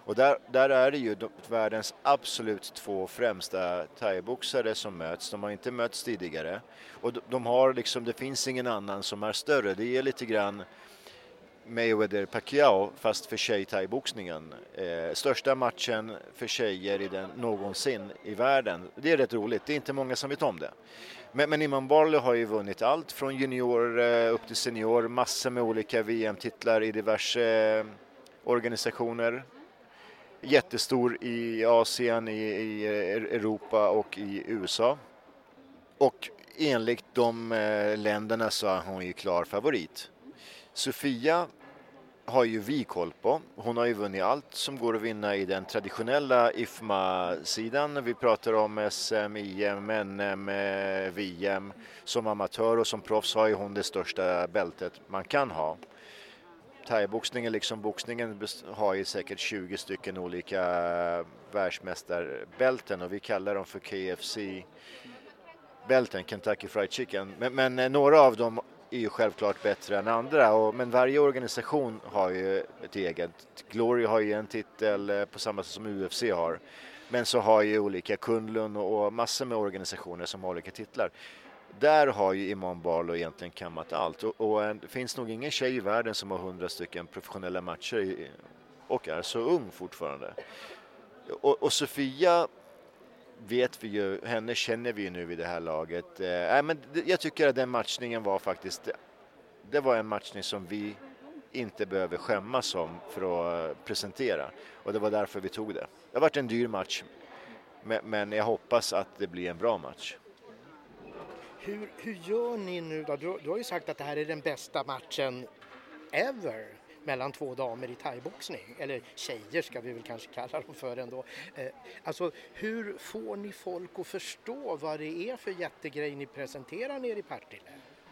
Och där, där är det ju de, världens absolut två främsta thaiboxare som möts. De har inte mötts tidigare. Och de, de har liksom, det finns ingen annan som är större. Det är lite grann Mayweather-Pacquiao fast för tjej-thaiboxningen. Eh, största matchen för tjejer i den någonsin i världen. Det är rätt roligt, det är inte många som vet om det. Men, men Iman Barlow har ju vunnit allt från junior eh, upp till senior. Massor med olika V M-titlar i diverse eh, organisationer. Jättestor i Asien, i, i Europa och i U S A. Och enligt de eh, länderna så är hon ju klar favorit. Sofia har ju vi koll på. Hon har ju vunnit allt som går att vinna i den traditionella I F M A-sidan. Vi pratar om S M, I M, N M, V M. Som amatör och som proffs har ju hon det största bältet man kan ha. Thaiboxningen liksom boxningen har ju säkert tjugo stycken olika världsmästarbälten och vi kallar dem för K F C-bälten, Kentucky Fried Chicken. Men, men några av dem är ju självklart bättre än andra. Och, men varje organisation har ju ett eget. Glory har ju en titel på samma sätt som U F C har. Men så har ju olika Kunlun och massor med organisationer som har olika titlar. Där har ju Iman Barlow egentligen kammat allt. Och, och det finns nog ingen tjej i världen som har hundra stycken professionella matcher i, och är så ung fortfarande. Och, och Sofia vet vi ju, henne känner vi ju nu vid det här laget. Eh, men jag tycker att den matchningen var faktiskt, det var en matchning som vi inte behöver skämmas om för att presentera. Och det var därför vi tog det. Det har varit en dyr match, men, men jag hoppas att det blir en bra match. Hur, hur gör ni nu då? Du, du har ju sagt att det här är den bästa matchen ever mellan två damer i thaiboxning. Eller tjejer ska vi väl kanske kalla dem för ändå. Eh, alltså hur får ni folk att förstå vad det är för jättegrej ni presenterar nere i Partille?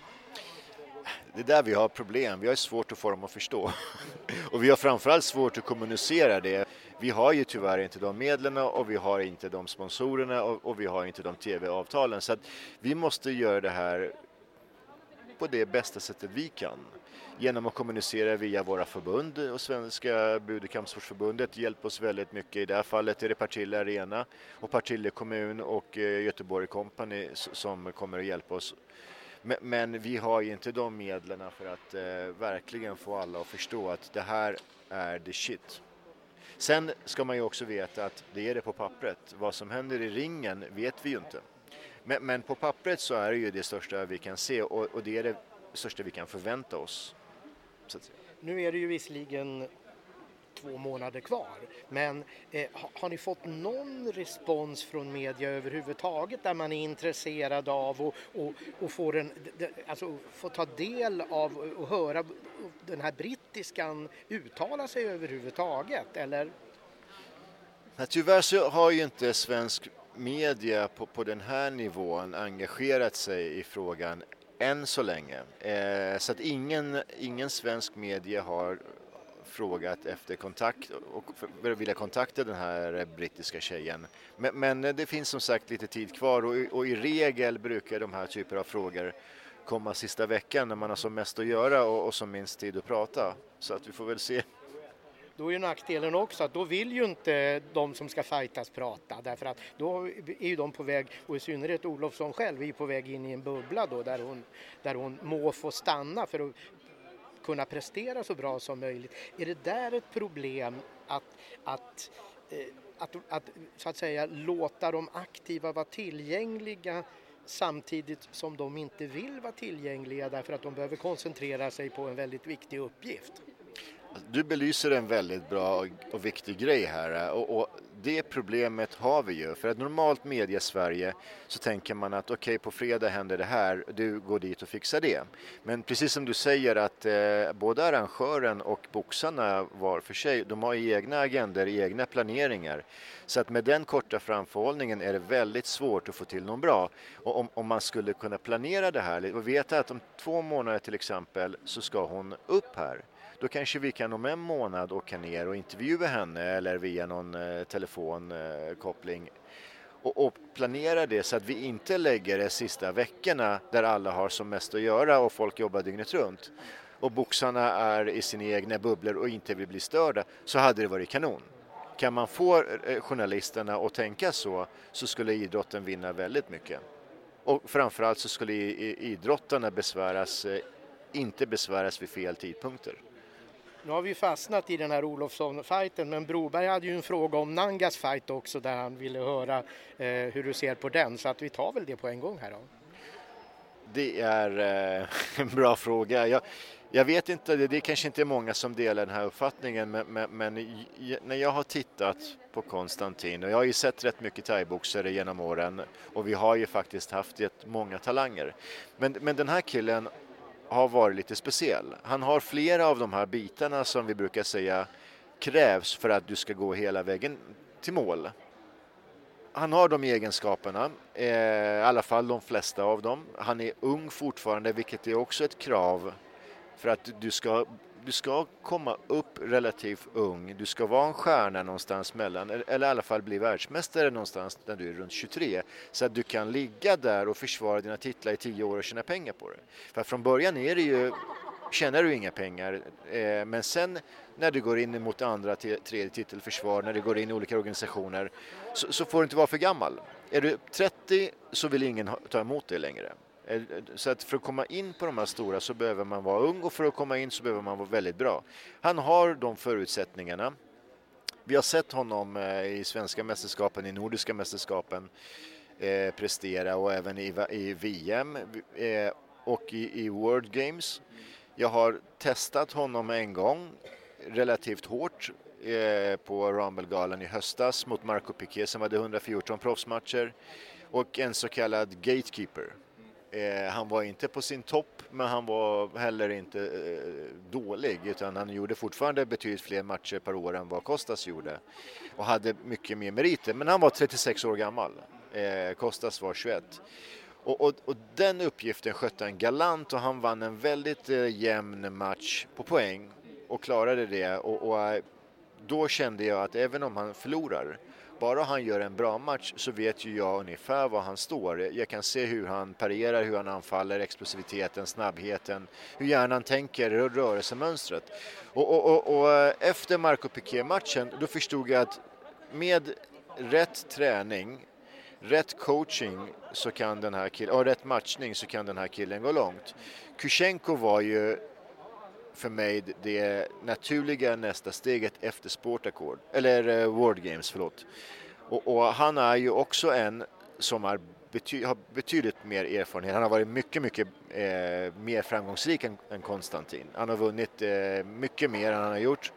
Det är där vi har problem. Vi har svårt att få dem att förstå. Och vi har framförallt svårt att kommunicera det. Vi har ju tyvärr inte de medlen och vi har inte de sponsorerna och, och vi har inte de tv-avtalen. Så att vi måste göra det här på det bästa sättet vi kan. Genom att kommunicera via våra förbund och Svenska bud- och kampsportsförbundet hjälper oss väldigt mycket. I det här fallet är det Partille Arena och Partille kommun och Göteborg Company som kommer att hjälpa oss. Men, men vi har ju inte de medlen för att eh, verkligen få alla att förstå att det här är the shit. Sen ska man ju också veta att det är det på pappret. Vad som händer i ringen vet vi ju inte. Men, men på pappret så är det ju det största vi kan se och, och det är det största vi kan förvänta oss. Så att säga. Nu är det ju visserligen två månader kvar, men eh, har, har ni fått någon respons från media överhuvudtaget där man är intresserad av och, och, och får, en, de, alltså, får ta del av och höra den här brittiskan uttala sig överhuvudtaget, eller? Ja, tyvärr så har ju inte svensk media på, på den här nivån engagerat sig i frågan än så länge. Eh, så att ingen, ingen svensk media har frågat efter kontakt och vilja kontakta den här brittiska tjejen. Men, men det finns som sagt lite tid kvar och, och i regel brukar de här typer av frågor komma sista veckan när man har som mest att göra och, och som minst tid att prata. Så att vi får väl se. Då är ju nackdelen också att då vill ju inte de som ska fightas prata, därför att då är ju de på väg, och i synnerhet Olofsson själv är på väg in i en bubbla då där hon, där hon må få stanna för att kunna prestera så bra som möjligt. Är det där ett problem att, att, att, att, så att säga låta de aktiva vara tillgängliga samtidigt som de inte vill vara tillgängliga därför att de behöver koncentrera sig på en väldigt viktig uppgift? Du belyser en väldigt bra och viktig grej här och, och det problemet har vi ju. För att normalt media Sverige så tänker man att okej, okay, på fredag händer det här, du går dit och fixar det. Men precis som du säger att eh, både arrangören och boxarna var för sig, de har egna agendor, egna planeringar. Så att med den korta framförhållningen är det väldigt svårt att få till någon bra. Och om, om man skulle kunna planera det här och veta att om två månader till exempel så ska hon upp här. Då kanske vi kan om en månad åka ner och intervjua henne eller via någon eh, telefonkoppling eh, och, och planera det så att vi inte lägger de sista veckorna där alla har som mest att göra och folk jobbar dygnet runt och boxarna är i sina egna bubblor och inte vill bli störda, så hade det varit kanon. kan man få journalisterna att tänka så, så skulle idrotten vinna väldigt mycket. Och framförallt så skulle idrottarna besväras, inte besväras vid fel tidpunkter. Nu har vi fastnat i den här Olofsson-fighten, men Broberg hade ju en fråga om Nangas fight också där han ville höra eh, hur du ser på den, så att vi tar väl det på en gång här då. Det är eh, en bra fråga. Jag, jag vet inte, det, det kanske inte är många som delar den här uppfattningen, men, men, men när jag har tittat på Konstantin, och jag har ju sett rätt mycket thaiboxare genom åren, och vi har ju faktiskt haft ett många talanger. Men, men den här killen har varit lite speciell. Han har flera av de här bitarna som vi brukar säga krävs för att du ska gå hela vägen till mål. Han har de egenskaperna, eh, i alla fall de flesta av dem. Han är ung fortfarande, vilket är också ett krav för att du ska, du ska komma upp relativt ung. Du ska vara en stjärna någonstans mellan, eller i alla fall bli världsmästare någonstans när du är runt tjugotre. Så att du kan ligga där och försvara dina titlar i tio år och tjäna pengar på det. För från början är det ju, tjänar du inga pengar, eh, men sen när du går in mot andra, tredje titelförsvar, när du går in i olika organisationer, så, så får du inte vara för gammal. Är du trettio så vill ingen ha, ta emot dig längre. Så att för att komma in på de här stora så behöver man vara ung, och för att komma in så behöver man vara väldigt bra. Han har de förutsättningarna. Vi har sett honom i svenska mästerskapen, i nordiska mästerskapen eh, prestera, och även i, i V M eh, och i, i World Games. Jag har testat honom en gång relativt hårt eh, på Rumble-galan i höstas mot Marco Piquet som hade hundrafjorton proffsmatcher, och en så kallad gatekeeper. Eh, han var inte på sin topp, men han var heller inte eh, dålig, utan han gjorde fortfarande betydligt fler matcher per år än vad Kostas gjorde, och hade mycket mer meriter. Men han var trettiosex år gammal, eh, Kostas var tjugoett. Och, och, och den uppgiften skötte han galant, och han vann en väldigt eh, jämn match på poäng och klarade det. Och, och då kände jag att även om han förlorar, bara han gör en bra match, så vet ju jag ungefär var han står. Jag kan se hur han parerar, hur han anfaller, explosiviteten, snabbheten, hur hjärnan tänker, rörelsemönstret. Och, och, och, och efter Marco Piquet-matchen, då förstod jag att med rätt träning, rätt coaching, så kan den här killen, och rätt matchning, så kan den här killen gå långt. Kuchenko var ju för mig det naturliga nästa steget efter Sportakord, eller uh, World Games, förlåt. Och, och han är ju också en som är bety- har betydligt mer erfarenhet. Han har varit mycket, mycket eh, mer framgångsrik än, än Konstantin. Han har vunnit eh, mycket mer än han har gjort.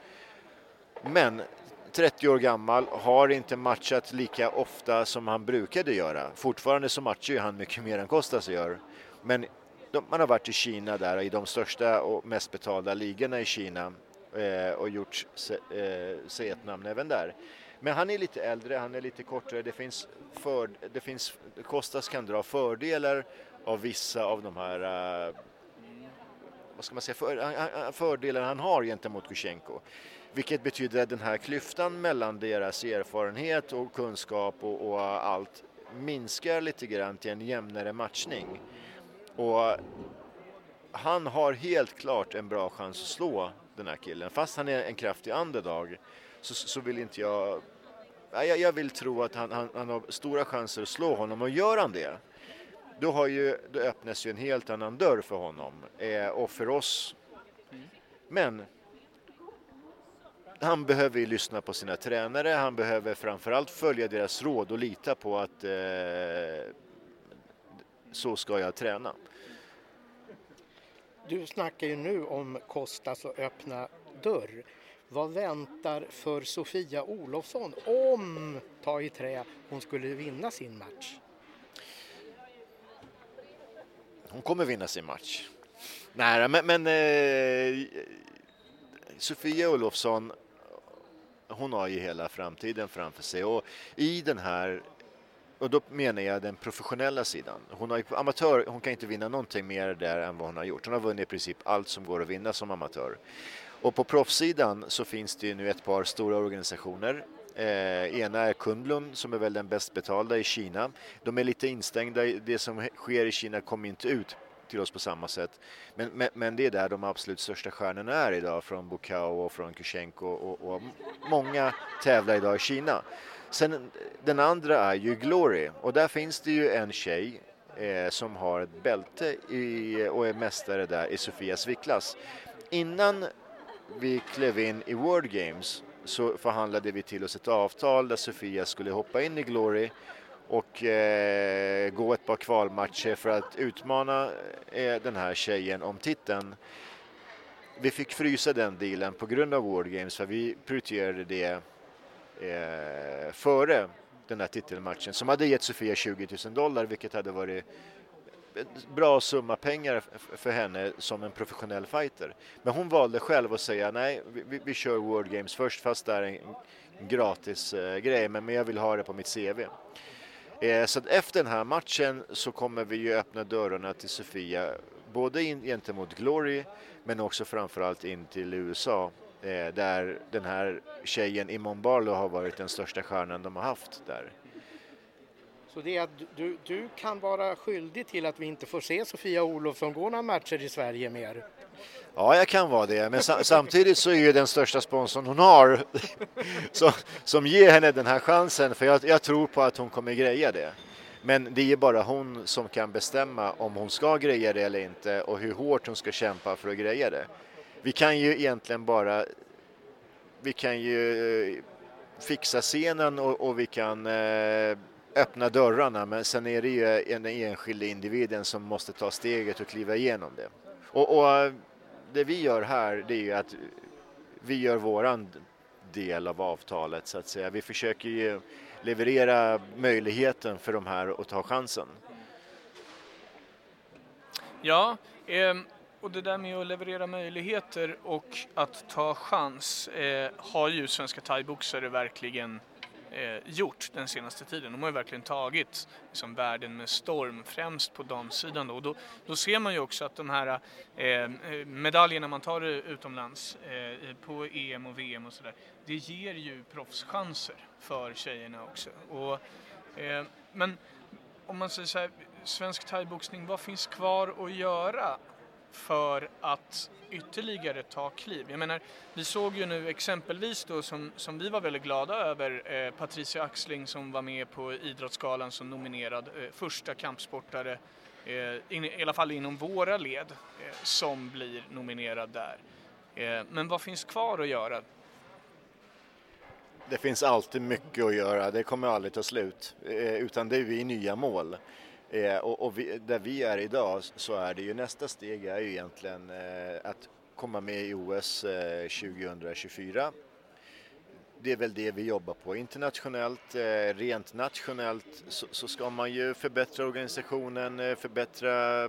Men trettio år gammal, har inte matchat lika ofta som han brukade göra. Fortfarande så matchar ju han mycket mer än Kostas gör. Men de, man har varit i Kina där, i de största och mest betalda ligorna i Kina, eh, och gjort se, eh, sig ett namn även där. Men han är lite äldre, han är lite kortare. Det finns, för, det finns Kostas kan dra fördelar av vissa av de här uh, vad ska man säga, för, fördelar han har gentemot Kuchenko. Vilket betyder att den här klyftan mellan deras erfarenhet och kunskap och, och allt minskar lite grann till en jämnare matchning. Och han har helt klart en bra chans att slå den här killen. Fast han är en kraftig underdog, så, så vill inte jag... Jag, jag vill tro att han, han, han har stora chanser att slå honom, och gör han det, då, har ju, då öppnas ju en helt annan dörr för honom eh, och för oss. Men han behöver ju lyssna på sina tränare, han behöver framförallt följa deras råd och lita på att eh, så ska jag träna. Du snackar ju nu om Kostas och öppna dörr. Vad väntar för Sofia Olofsson om, ta i trä, hon skulle vinna sin match? Hon kommer vinna sin match. Nej, men, men eh, Sofia Olofsson, hon har ju hela framtiden framför sig, och i den här, och då menar jag den professionella sidan. Hon har ju amatör, hon kan inte vinna någonting mer där än vad hon har gjort. Hon har vunnit i princip allt som går att vinna som amatör. Och på proffssidan så finns det ju nu ett par stora organisationer. Eh, ena är Kunlun som är väl den bäst betalda i Kina. De är lite instängda, det som sker i Kina kommer inte ut till oss på samma sätt. Men, men, men det är där de absolut största stjärnorna är idag, från Bukao och från Kushenko och, och många tävlar idag i Kina. Sen den andra är ju Glory, och där finns det ju en tjej eh, som har ett bälte i, och är mästare där i Sofias viktklass. Innan vi klev in i World Games så förhandlade vi till oss ett avtal där Sofia skulle hoppa in i Glory och eh, gå ett par kvalmatcher för att utmana eh, den här tjejen om titeln. Vi fick frysa den dealen på grund av World Games, för vi prioriterade det eh, före den här titelmatchen som hade gett Sofia tjugo tusen dollar, vilket hade varit en bra summa pengar för henne som en professionell fighter. Men hon valde själv att säga nej, vi, vi kör World Games först, fast det är en, en gratis eh, grej, men, men jag vill ha det på mitt C V. Eh, så att efter den här matchen så kommer vi ju öppna dörrarna till Sofia, både in, gentemot Glory men också framförallt in till U S A, eh, där den här tjejen Iman Barlow har varit den största stjärnan de har haft där. Så det är att du, du kan vara skyldig till att vi inte får se Sofia Olofsson gå några matcher i Sverige mer? Ja, jag kan vara det, men sa- samtidigt så är ju den största sponsorn hon har som, som ger henne den här chansen, för jag, jag tror på att hon kommer greja det. Men det är bara hon som kan bestämma om hon ska greja det eller inte, och hur hårt hon ska kämpa för att greja det. Vi kan ju egentligen bara vi kan ju fixa scenen och, och vi kan eh, öppna dörrarna, men sen är det ju en enskild individen som måste ta steget och kliva igenom det. Och, och det vi gör här, det är ju att vi gör våran del av avtalet, så att säga. Vi försöker ju leverera möjligheten för de här att ta chansen. Ja, eh, och det där med att leverera möjligheter och att ta chans eh, har ju svenska thaiboxare verkligen eh, gjort den senaste tiden. De har ju verkligen tagit liksom, världen med storm, främst på damsidan. Då. Och då, då ser man ju också att de här eh, medaljerna man tar utomlands eh, på E M och V M och sådär, det ger ju proffschanser för tjejerna också. Och, eh, men om man säger så här, svensk thaiboxning, vad finns kvar att göra för att ytterligare ta kliv? Jag menar, vi såg ju nu exempelvis då som, som vi var väldigt glada över, eh, Patricia Axling som var med på Idrottsgalan som nominerad eh, första kampsportare, eh, in, i alla fall inom våra led, eh, som blir nominerad där. Eh, men vad finns kvar att göra? Det finns alltid mycket att göra, det kommer aldrig ta slut, eh, utan det är vi nya mål. Eh, och och vi, där vi är idag så är det ju nästa steg är ju egentligen eh, att komma med i O S eh, tjugohundratjugofyra. Det är väl det vi jobbar på internationellt, eh, rent nationellt så, så ska man ju förbättra organisationen, eh, förbättra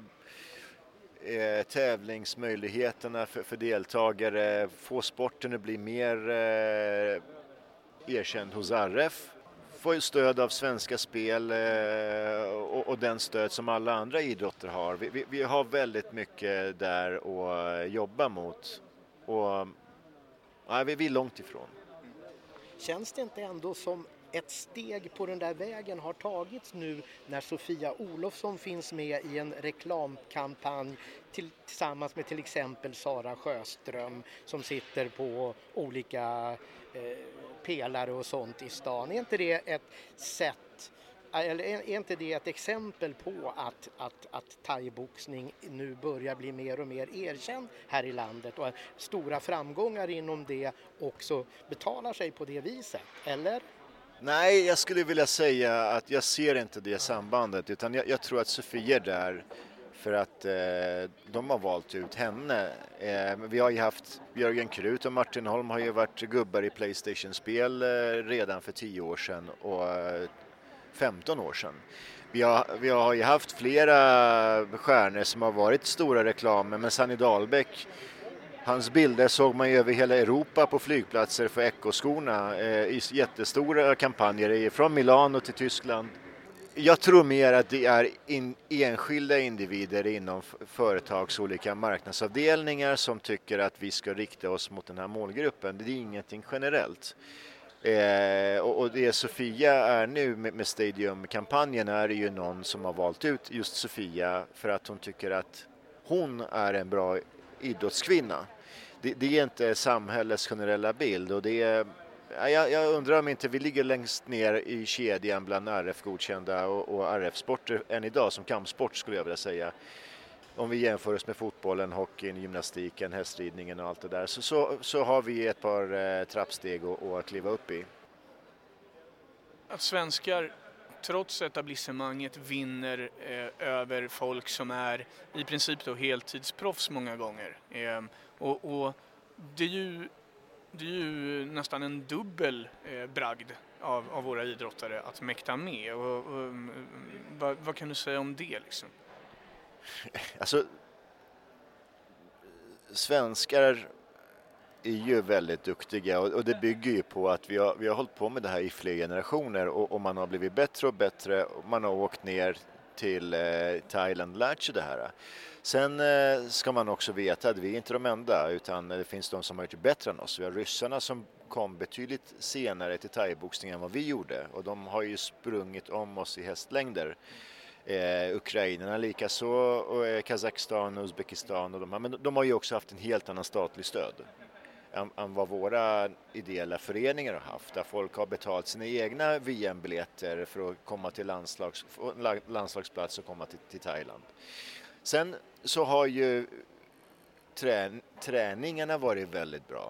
eh, tävlingsmöjligheterna för, för deltagare, få sporten att bli mer eh, erkänd hos R F. Får stöd av Svenska Spel eh, och, och den stöd som alla andra idrotter har. Vi, vi, vi har väldigt mycket där att jobba mot. Och ja, vi, vi är långt ifrån. Känns det inte ändå som ett steg på den där vägen har tagits nu när Sofia Olofsson finns med i en reklamkampanj till, tillsammans med till exempel Sara Sjöström som sitter på olika eh, pelare och sånt i stan? Är inte det ett sätt, eller är inte det ett exempel på att, att, att thaiboxning nu börjar bli mer och mer erkänd här i landet och stora framgångar inom det också betalar sig på det viset, eller? Nej, jag skulle vilja säga att jag ser inte det sambandet, utan jag, jag tror att Sofia är där för att eh, de har valt ut henne. Eh, vi har ju haft Jörgen Krut och Martin Holm har ju varit gubbar i PlayStation-spel eh, redan för tio år sedan och eh, femton år sedan. Vi har, vi har ju haft flera stjärnor som har varit stora reklamer, men Sanny Dahlbäck, hans bilder såg man ju över hela Europa på flygplatser för Ecco-skorna eh, i jättestora kampanjer från Milano till Tyskland. Jag tror mer att det är in, enskilda individer inom företags olika marknadsavdelningar som tycker att vi ska rikta oss mot den här målgruppen. Det är ingenting generellt. Eh, och, och det Sofia är nu med, med Stadium-kampanjen är ju någon som har valt ut just Sofia för att hon tycker att hon är en bra idrottskvinna. Det, det är inte samhällets generella bild och det är, jag, jag undrar om inte vi ligger längst ner i kedjan bland R F-godkända och, och R F-sporter än idag som kampsport skulle jag vilja säga. Om vi jämför oss med fotbollen, hockeyn, gymnastiken, hästridningen och allt det där så, så, så har vi ett par eh, trappsteg att, att kliva upp i. Att svenskar trots etablissemanget vinner eh, över folk som är i princip då heltidsproffs många gånger. Eh, och, och det är ju, det är ju nästan en dubbel eh, bragd av, av våra idrottare att mäkta med. Och, och, vad, vad kan du säga om det liksom? Alltså, svenskar är ju väldigt duktiga och, och det bygger ju på att vi har, vi har hållit på med det här i fler generationer och, och man har blivit bättre och bättre och man har åkt ner till eh, Thailand och lärt sig det här. Sen eh, ska man också veta att vi är inte de enda utan det finns de som har gjort det bättre än oss. Vi har ryssarna som kom betydligt senare till thaiboxning än vad vi gjorde och de har ju sprungit om oss i hästlängder. Eh, Ukraina likaså och eh, Kazakstan och Uzbekistan och de här, men de har ju också haft en helt annan statlig stöd än, än vad våra ideella föreningar har haft, där folk har betalt sina egna V M-biljetter för att komma till landslags, landslagsplats och komma till, till Thailand. Sen så har ju trän, träningarna varit väldigt bra.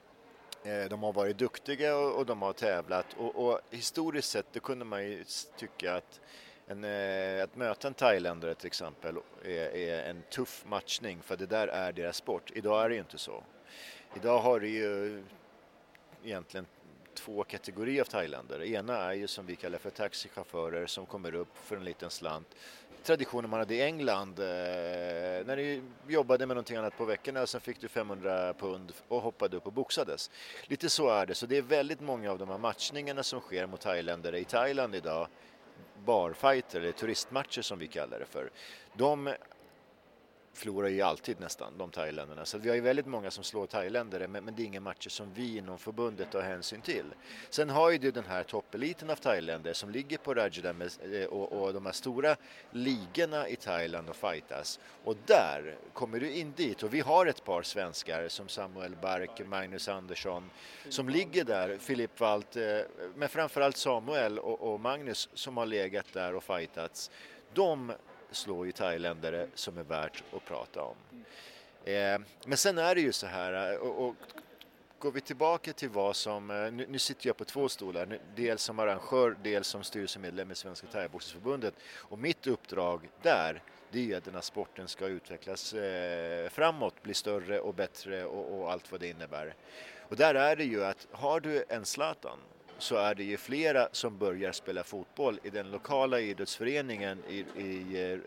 Eh, de har varit duktiga och, och de har tävlat och, och historiskt sett då kunde man ju tycka att En, eh, att möta en thailändare till exempel är, är en tuff matchning för det där är deras sport. Idag är det ju inte så. Idag har det ju egentligen två kategorier av thailändare. Ena är ju som vi kallar för taxichaufförer som kommer upp för en liten slant. Traditionen man hade i England eh, när du jobbade med någonting annat på veckorna och sen fick du femhundra pund och hoppade upp och boxades. Lite så är det. Så det är väldigt många av de här matchningarna som sker mot thailändare i Thailand idag, barfighter eller turistmatcher som vi kallar det för. De förlorar ju alltid nästan, de thailändarna. Så vi har ju väldigt många som slår thailändare, men, men det är inga matcher som vi inom förbundet tar hänsyn till. Sen har ju du den här toppeliten av thailändare som ligger på Rajadam och, och de här stora ligorna i Thailand och fightas. Och där kommer du in dit. Och vi har ett par svenskar som Samuel Bark, Magnus Andersson som ligger där, Filip Walt, men framförallt Samuel och, och Magnus som har legat där och fightats. De slår ju thailändare som är värt att prata om. Eh, men sen är det ju så här, och, och går vi tillbaka till vad som, nu, nu sitter jag på två stolar, nu, dels som arrangör, dels som styrelsemedlem i Svenska Thaiboxningsförbundet, och mitt uppdrag där, det är ju att den här sporten ska utvecklas eh, framåt, bli större och bättre och, och allt vad det innebär. Och där är det ju att har du en Zlatan så är det ju flera som börjar spela fotboll i den lokala idrottsföreningen i, i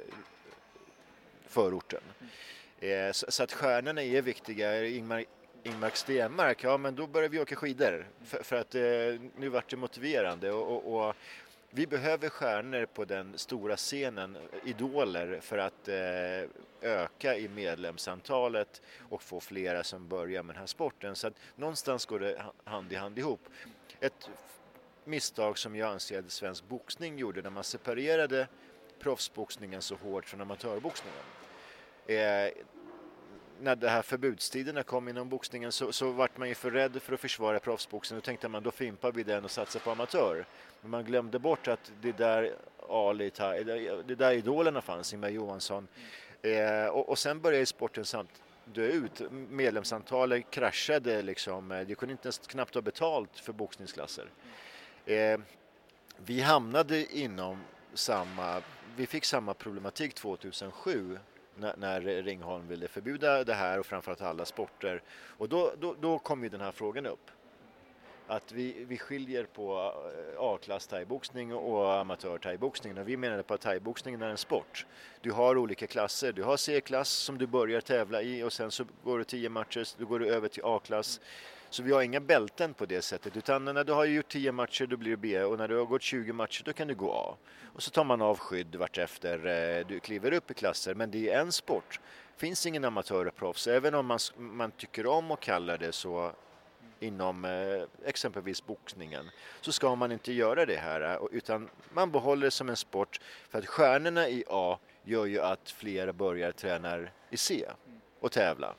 förorten. Eh, så, så att stjärnorna är viktiga. Ingmar, Ingmar Stenmark, ja men då börjar vi åka skidor för, för att eh, nu vart det motiverande och, och, och vi behöver stjärnor på den stora scenen, idoler, för att eh, öka i medlemsantalet och få flera som börjar med den här sporten. Så att någonstans går det hand i hand ihop. Ett misstag som jag anser att svensk boxning gjorde när man separerade proffsboxningen så hårt från amatörboxningen. Eh, när det här förbudstiderna kom inom boxningen så, så vart man ju för rädd för att försvara proffsboxningen. Då tänkte man, då fimpar vi den och satsar på amatör. Men man glömde bort att det där Ali, det där idolerna fanns, Ingmar Johansson. Eh, och, och sen började sporten samt dö ut. Medlemsantalet kraschade liksom. Det kunde inte ens knappt ha betalt för boxningsklasser. Eh, vi hamnade inom samma, vi fick samma problematik tvåtusensju när, när Ringholm ville förbjuda det här och framförallt alla sporter. Och då, då, då kom ju den här frågan upp. Att vi, vi skiljer på A-klass thaiboxning och amatör thaiboxning. Och vi menade på att thaiboxningen är en sport. Du har olika klasser. Du har C-klass som du börjar tävla i och sen så går du tio matcher, då går du över till A-klass. Så vi har inga bälten på det sättet, utan när du har gjort tio matcher då blir du B och när du har gått tjugo matcher då kan du gå A. Och så tar man av skydd vart efter du kliver upp i klasser, men det är en sport. Finns ingen amatör och proffs, även om man, man tycker om och kallar det så inom eh, exempelvis boxningen, så ska man inte göra det här, utan man behåller det som en sport för att stjärnorna i A gör ju att fler börjar träna i C och tävla.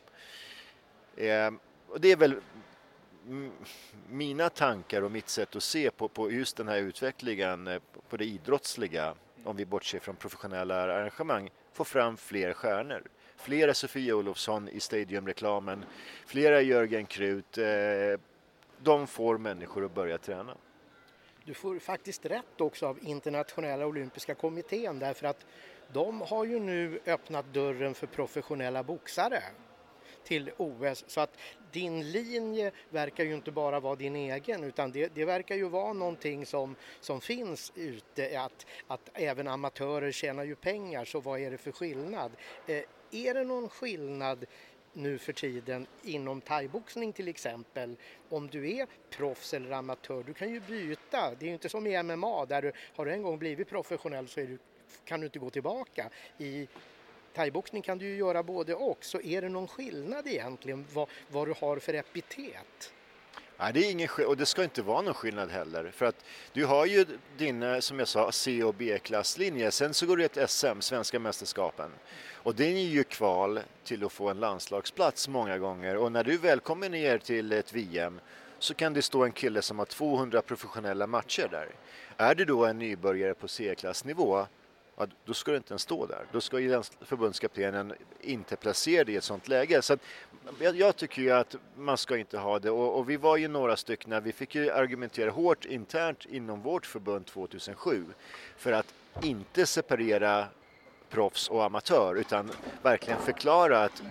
Eh, och det är väl m- mina tankar och mitt sätt att se på, på just den här utvecklingen eh, på det idrottsliga, om vi bortser från professionella arrangemang, få fram fler stjärnor. Flera Sofia Olofsson i stadiumreklamen, flera Jörgen Krut, eh, de får människor att börja träna. Du får faktiskt rätt också av internationella olympiska kommittén, därför att de har ju nu öppnat dörren för professionella boxare till O S, så att din linje verkar ju inte bara vara din egen, utan det, det verkar ju vara någonting som, som finns ute, att, att även amatörer tjänar ju pengar, så vad är det för skillnad? Eh, är det någon skillnad nu för tiden inom thaiboxning till exempel, om du är proffs eller amatör? Du kan ju byta, det är ju inte som i M M A där du har du en gång blivit professionell så är du, kan du inte gå tillbaka. I thaiboxning kan du ju göra både och, så är det någon skillnad egentligen vad, vad du har för epitet? Nej, det är ingen skill- och det ska inte vara någon skillnad heller, för att du har ju din, som jag sa, C- och B-klasslinje, sen så går det ett S M, Svenska mästerskapen, och det är ju kval till att få en landslagsplats många gånger, och när du väl kommer ner till ett V M så kan det stå en kille som har tvåhundra professionella matcher där. Är du då en nybörjare på C-klassnivå, ja, då ska du inte ens stå där. Då ska ju förbundskaptenen inte placera dig i ett sånt läge. Så att, jag, jag tycker ju att man ska inte ha det. Och, och vi var ju några stycken när vi fick ju argumentera hårt internt inom vårt förbund tjugohundrasju för att inte separera proffs och amatör, utan verkligen förklara att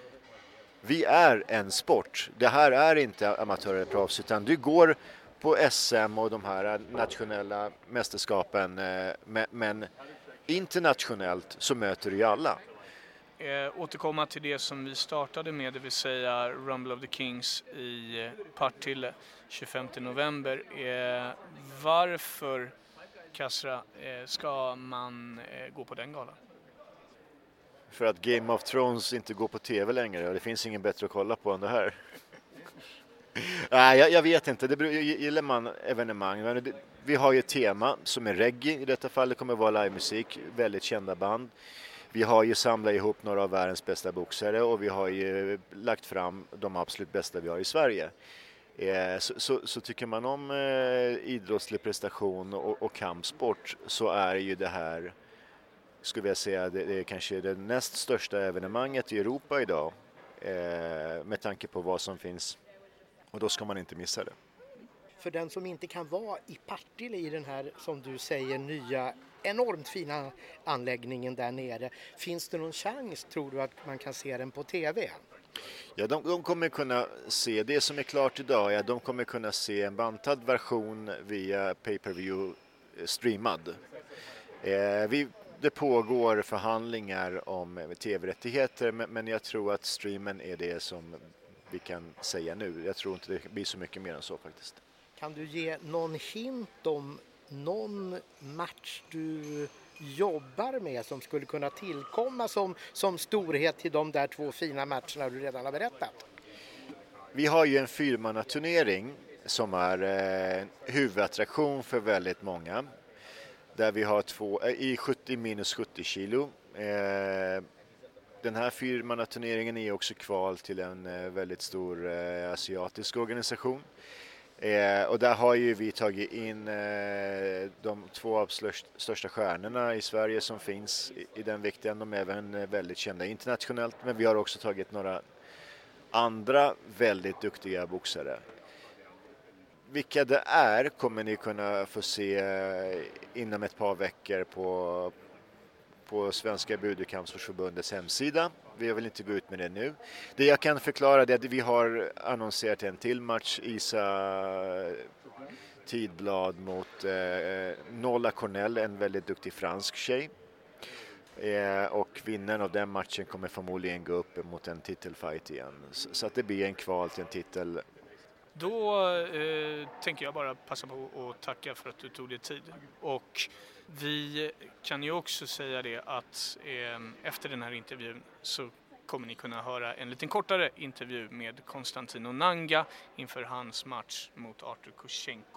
vi är en sport. Det här är inte amatörer och proffs, utan du går på S M och de här nationella mästerskapen, men internationellt så möter du ju alla. Eh, återkomma till det som vi startade med, det vill säga Rumble of the Kings i Partille tjugofemte november. Eh, varför, Kassra, eh, ska man eh, gå på den galan? För att Game of Thrones inte går på tv längre och det finns ingen bättre att kolla på än det här. Nej, jag, jag vet inte. Det gillar man evenemang. Men det, vi har ju ett tema som är reggae. I detta fall det kommer vara livemusik. Väldigt kända band. Vi har ju samlat ihop några av världens bästa boxare och vi har ju lagt fram de absolut bästa vi har i Sverige. Eh, så, så, så tycker man om eh, idrottslig prestation och, och kampsport, så är ju det här, skulle jag säga, det, det är kanske det näst största evenemanget i Europa idag. Eh, med tanke på vad som finns. Och då ska man inte missa det. För den som inte kan vara i Partille i den här, som du säger, nya enormt fina anläggningen där nere, finns det någon chans, tror du, att man kan se den på tv? Ja, de, de kommer kunna se, det som är klart idag är att de kommer kunna se en bantad version via pay-per-view streamad. Eh, vi, det pågår förhandlingar om tv-rättigheter, men, men jag tror att streamen är det som vi kan säga nu. Jag tror inte det blir så mycket mer än så faktiskt. Kan du ge någon hint om någon match du jobbar med som skulle kunna tillkomma som, som storhet till de där två fina matcherna du redan har berättat? Vi har ju en fyrmannaturnering som är eh, huvudattraktion för väldigt många. Där vi har två i sjuttio minus sjuttio kilo. Eh, Den här fyrmannaturneringen är också kval till en eh, väldigt stor eh, asiatisk organisation. Eh, och där har ju vi tagit in eh, de två av störst, största stjärnorna i Sverige som finns i, i den vikten. De är även eh, väldigt kända internationellt, men vi har också tagit några andra väldigt duktiga boxare. Vilka det är kommer ni kunna få se eh, inom ett par veckor på på Svenska Budokampsförbundets hemsida. Vi vill inte gå ut med det nu. Det jag kan förklara är att vi har annonserat en till match, Isa Tidblad mot eh, Nola Cornell, en väldigt duktig fransk tjej. Eh, och vinnaren av den matchen kommer förmodligen gå upp mot en titelfight igen. Så, så att det blir en kval till en titel. Då eh, tänker jag bara passa på att tacka för att du tog dig tid. Och vi kan ju också säga det att eh, efter den här intervjun så kommer ni kunna höra en liten kortare intervju med Konstantino Nanga inför hans match mot Artur Kushenko.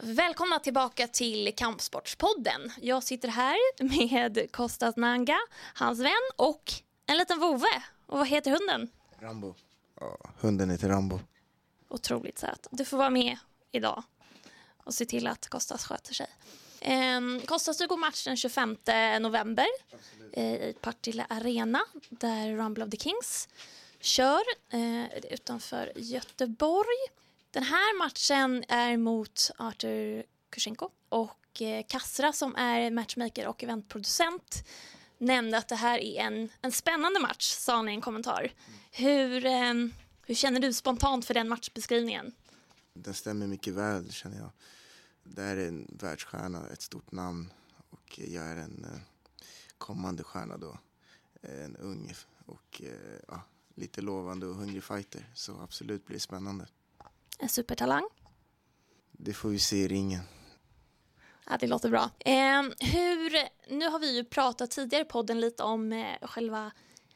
Välkomna tillbaka till Kampsportspodden. Jag sitter här med Kostas Nanga, hans vän och en liten vovve. Och vad heter hunden? Rambo. Ja, hunden heter Rambo. Otroligt söt. Du får vara med idag och se till att Kostas sköter sig. Eh, Kostas, du går match den tjugofemte november eh, i Partille Arena där Rumble of the Kings kör eh, utanför Göteborg. Den här matchen är mot Artur Kushenko och eh, Kassra som är matchmaker och eventproducent nämnde att det här är en, en spännande match, sa han i en kommentar. Mm. Hur, eh, hur känner du spontant för den matchbeskrivningen? Den stämmer mycket väl, känner jag. Det är en världsstjärna, ett stort namn och jag är en eh, kommande stjärna då. En ung och eh, ja, lite lovande och hungrig fighter, så absolut blir det spännande. En supertalang? Det får vi se i ringen. Ja, det låter bra. Eh, hur, nu har vi ju pratat tidigare i podden lite om eh, själva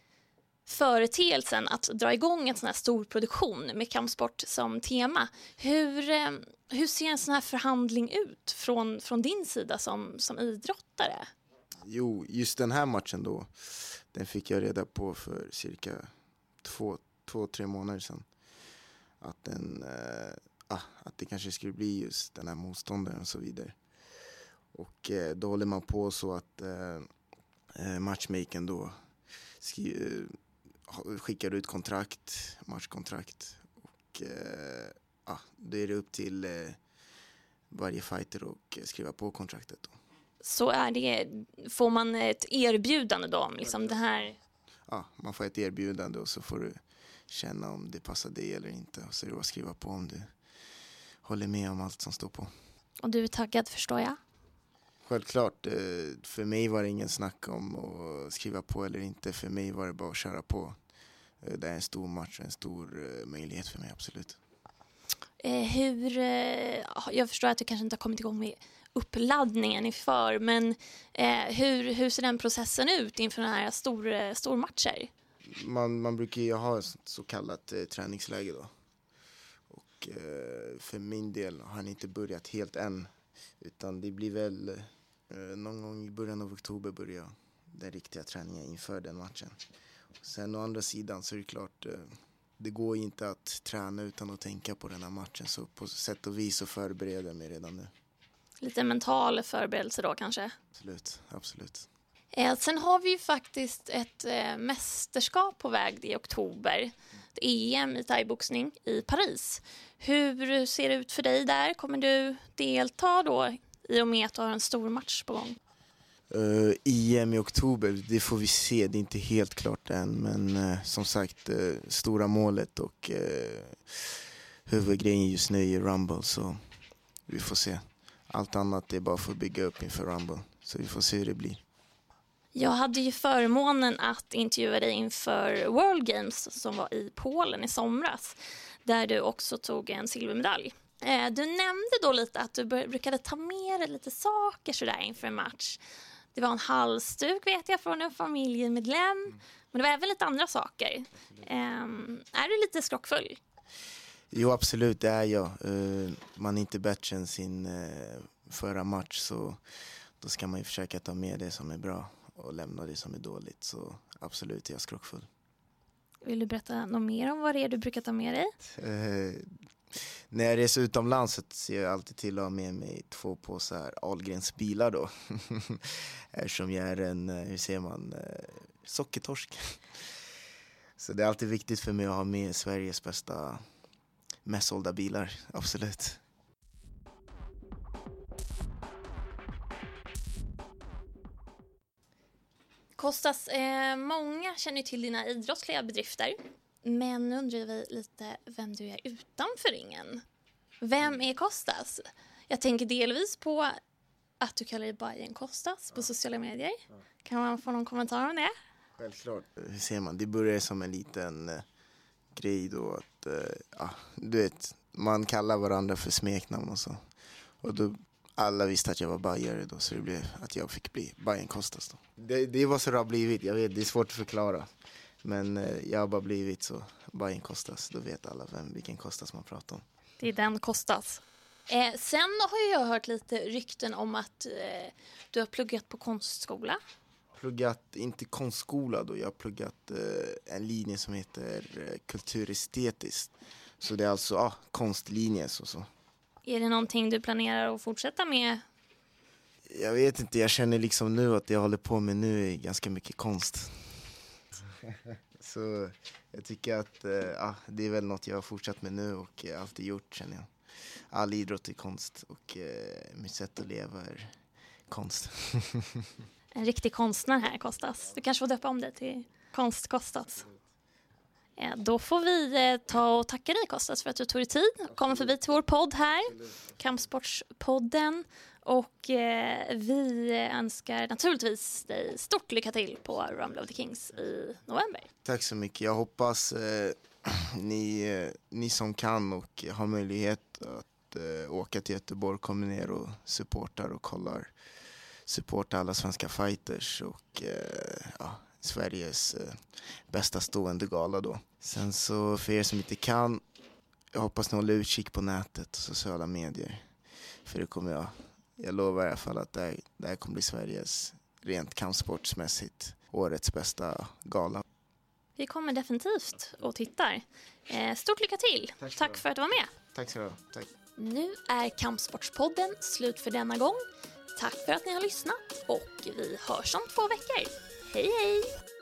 företeelsen att dra igång en sån här stor produktion med kampsport som tema. Hur, eh, hur ser en sån här förhandling ut från, från din sida som, som idrottare? Jo, just den här matchen då, den fick jag reda på för cirka två, två tre månader sedan. Att, den, eh, ah, att det kanske skulle bli just den här motståndaren och så vidare. Och eh, då håller man på så att eh, matchmakern då skri- eh, skickar ut kontrakt, matchkontrakt. Och eh, ah, då är det upp till eh, varje fighter och skriva på kontraktet då. Så är det, får man ett erbjudande då om liksom det här? Ja, man får ett erbjudande och så får du känna om det passar dig eller inte. Och så är det att skriva på om du håller med om allt som står på. Och du är taggad, förstår jag? Självklart. För mig var det ingen snack om att skriva på eller inte. För mig var det bara att köra på. Det är en stor match, en stor möjlighet för mig, absolut. Eh, hur, eh, jag förstår att du kanske inte har kommit igång med uppladdningen inför. Men eh, hur, hur ser den processen ut inför den här stor, stor matcher? Man, man brukar ju ha ett så kallat eh, träningsläge då. Och eh, för min del har han inte börjat helt än. Utan det blir väl eh, någon gång i början av oktober börjar den riktiga träningen inför den matchen. Och sen å andra sidan så är det klart, eh, det går inte att träna utan att tänka på den här matchen. Så på sätt och vis så förbereder jag mig redan nu. Lite mental förberedelse då kanske? Absolut, absolut. Eh, sen har vi ju faktiskt ett eh, mästerskap på väg i oktober. Ett E M i thaiboxning i Paris. Hur ser det ut för dig där? Kommer du delta då i och med att du har en stor match på gång? Uh, E M i oktober, det får vi se. Det är inte helt klart än. Men uh, som sagt, uh, stora målet och uh, huvudgrejen just nu är Rumble. Så vi får se. Allt annat är bara för att bygga upp inför Rumble. Så vi får se hur det blir. Jag hade ju förmånen att intervjua dig inför World Games som var i Polen i somras. Där du också tog en silvermedalj. Du nämnde då lite att du brukade ta med dig lite saker sådär inför en match. Det var en halsduk vet jag från en familjemedlem. Mm. Men det var även lite andra saker. Um, är du lite skrockfull? Jo, absolut, det är jag. Uh, man är inte bättre än sin uh, förra match. Så då ska man ju försöka ta med det som är bra och lämna det som är dåligt. Så absolut, jag är skrockfull. Vill du berätta något mer om vad det är du brukar ta med dig? Uh, när jag reser utomlands så ser jag alltid till att ha med mig två påsar Ahlgrens bilar då. Eftersom jag är en, hur ser man, sockertorsk. Så det är alltid viktigt för mig att ha med Sveriges bästa mest sålda bilar, absolut. Kostas, eh, många känner till dina idrottsliga bedrifter. Men nu undrar vi lite vem du är utanför ringen. Vem är Kostas? Jag tänker delvis på att du kallar dig Bajen Kostas på sociala medier. Kan man få någon kommentar om det? Självklart. Hur ser man? Det börjar som en liten eh, grej då. Att, eh, ja, du vet, man kallar varandra för smeknamn och så. Och då alla visste att jag var bajare då. Så det blev att jag fick bli Bajen Kostas då. Det, det var så det har blivit. Jag vet, det är svårt att förklara. Men eh, jag har bara blivit så Bajen Kostas. Då vet alla vem, vilken Kostas man pratar om. Det är den Kostas. Eh, sen har jag hört lite rykten om att eh, du har pluggat på konstskola. Pluggat, inte konstskola då, jag har pluggat eh, en linje som heter eh, kulturestetiskt. Så det är alltså ah, konstlinje så så. Är det någonting du planerar att fortsätta med? Jag vet inte, jag känner liksom nu att det jag håller på med nu är ganska mycket konst. Så jag tycker att eh, ah, det är väl något jag har fortsatt med nu och eh, alltid gjort, känner jag. All idrott är konst och eh, mitt sätt att leva är konst. En riktig konstnär här, Kostas. Du kanske får döpa om det till Konst-Kostas. Eh, då får vi eh, ta och tacka dig, Kostas, för att du tog dig tid och kom förbi till vår podd här. Kampsportspodden. Och eh, vi önskar naturligtvis dig stort lycka till på Rumble of the Kings i november. Tack så mycket. Jag hoppas eh, ni, eh, ni som kan och har möjlighet att eh, åka till Göteborg kommer ner och supportar och kollar. Supportar alla svenska fighters och eh, ja, Sveriges eh, bästa stående gala då. Sen så för er som inte kan, jag hoppas ni håller utkik på nätet och sociala medier. För det kommer jag, jag lovar i alla fall att det här, det här kommer bli Sveriges rent kampsportsmässigt årets bästa gala. Vi kommer definitivt och tittar. Eh, stort lycka till. Tack, Tack för att du var med. Tack så mycket. Tack. Nu är Kampsportspodden slut för denna gång. Tack för att ni har lyssnat och vi hörs om två veckor. Hej hej!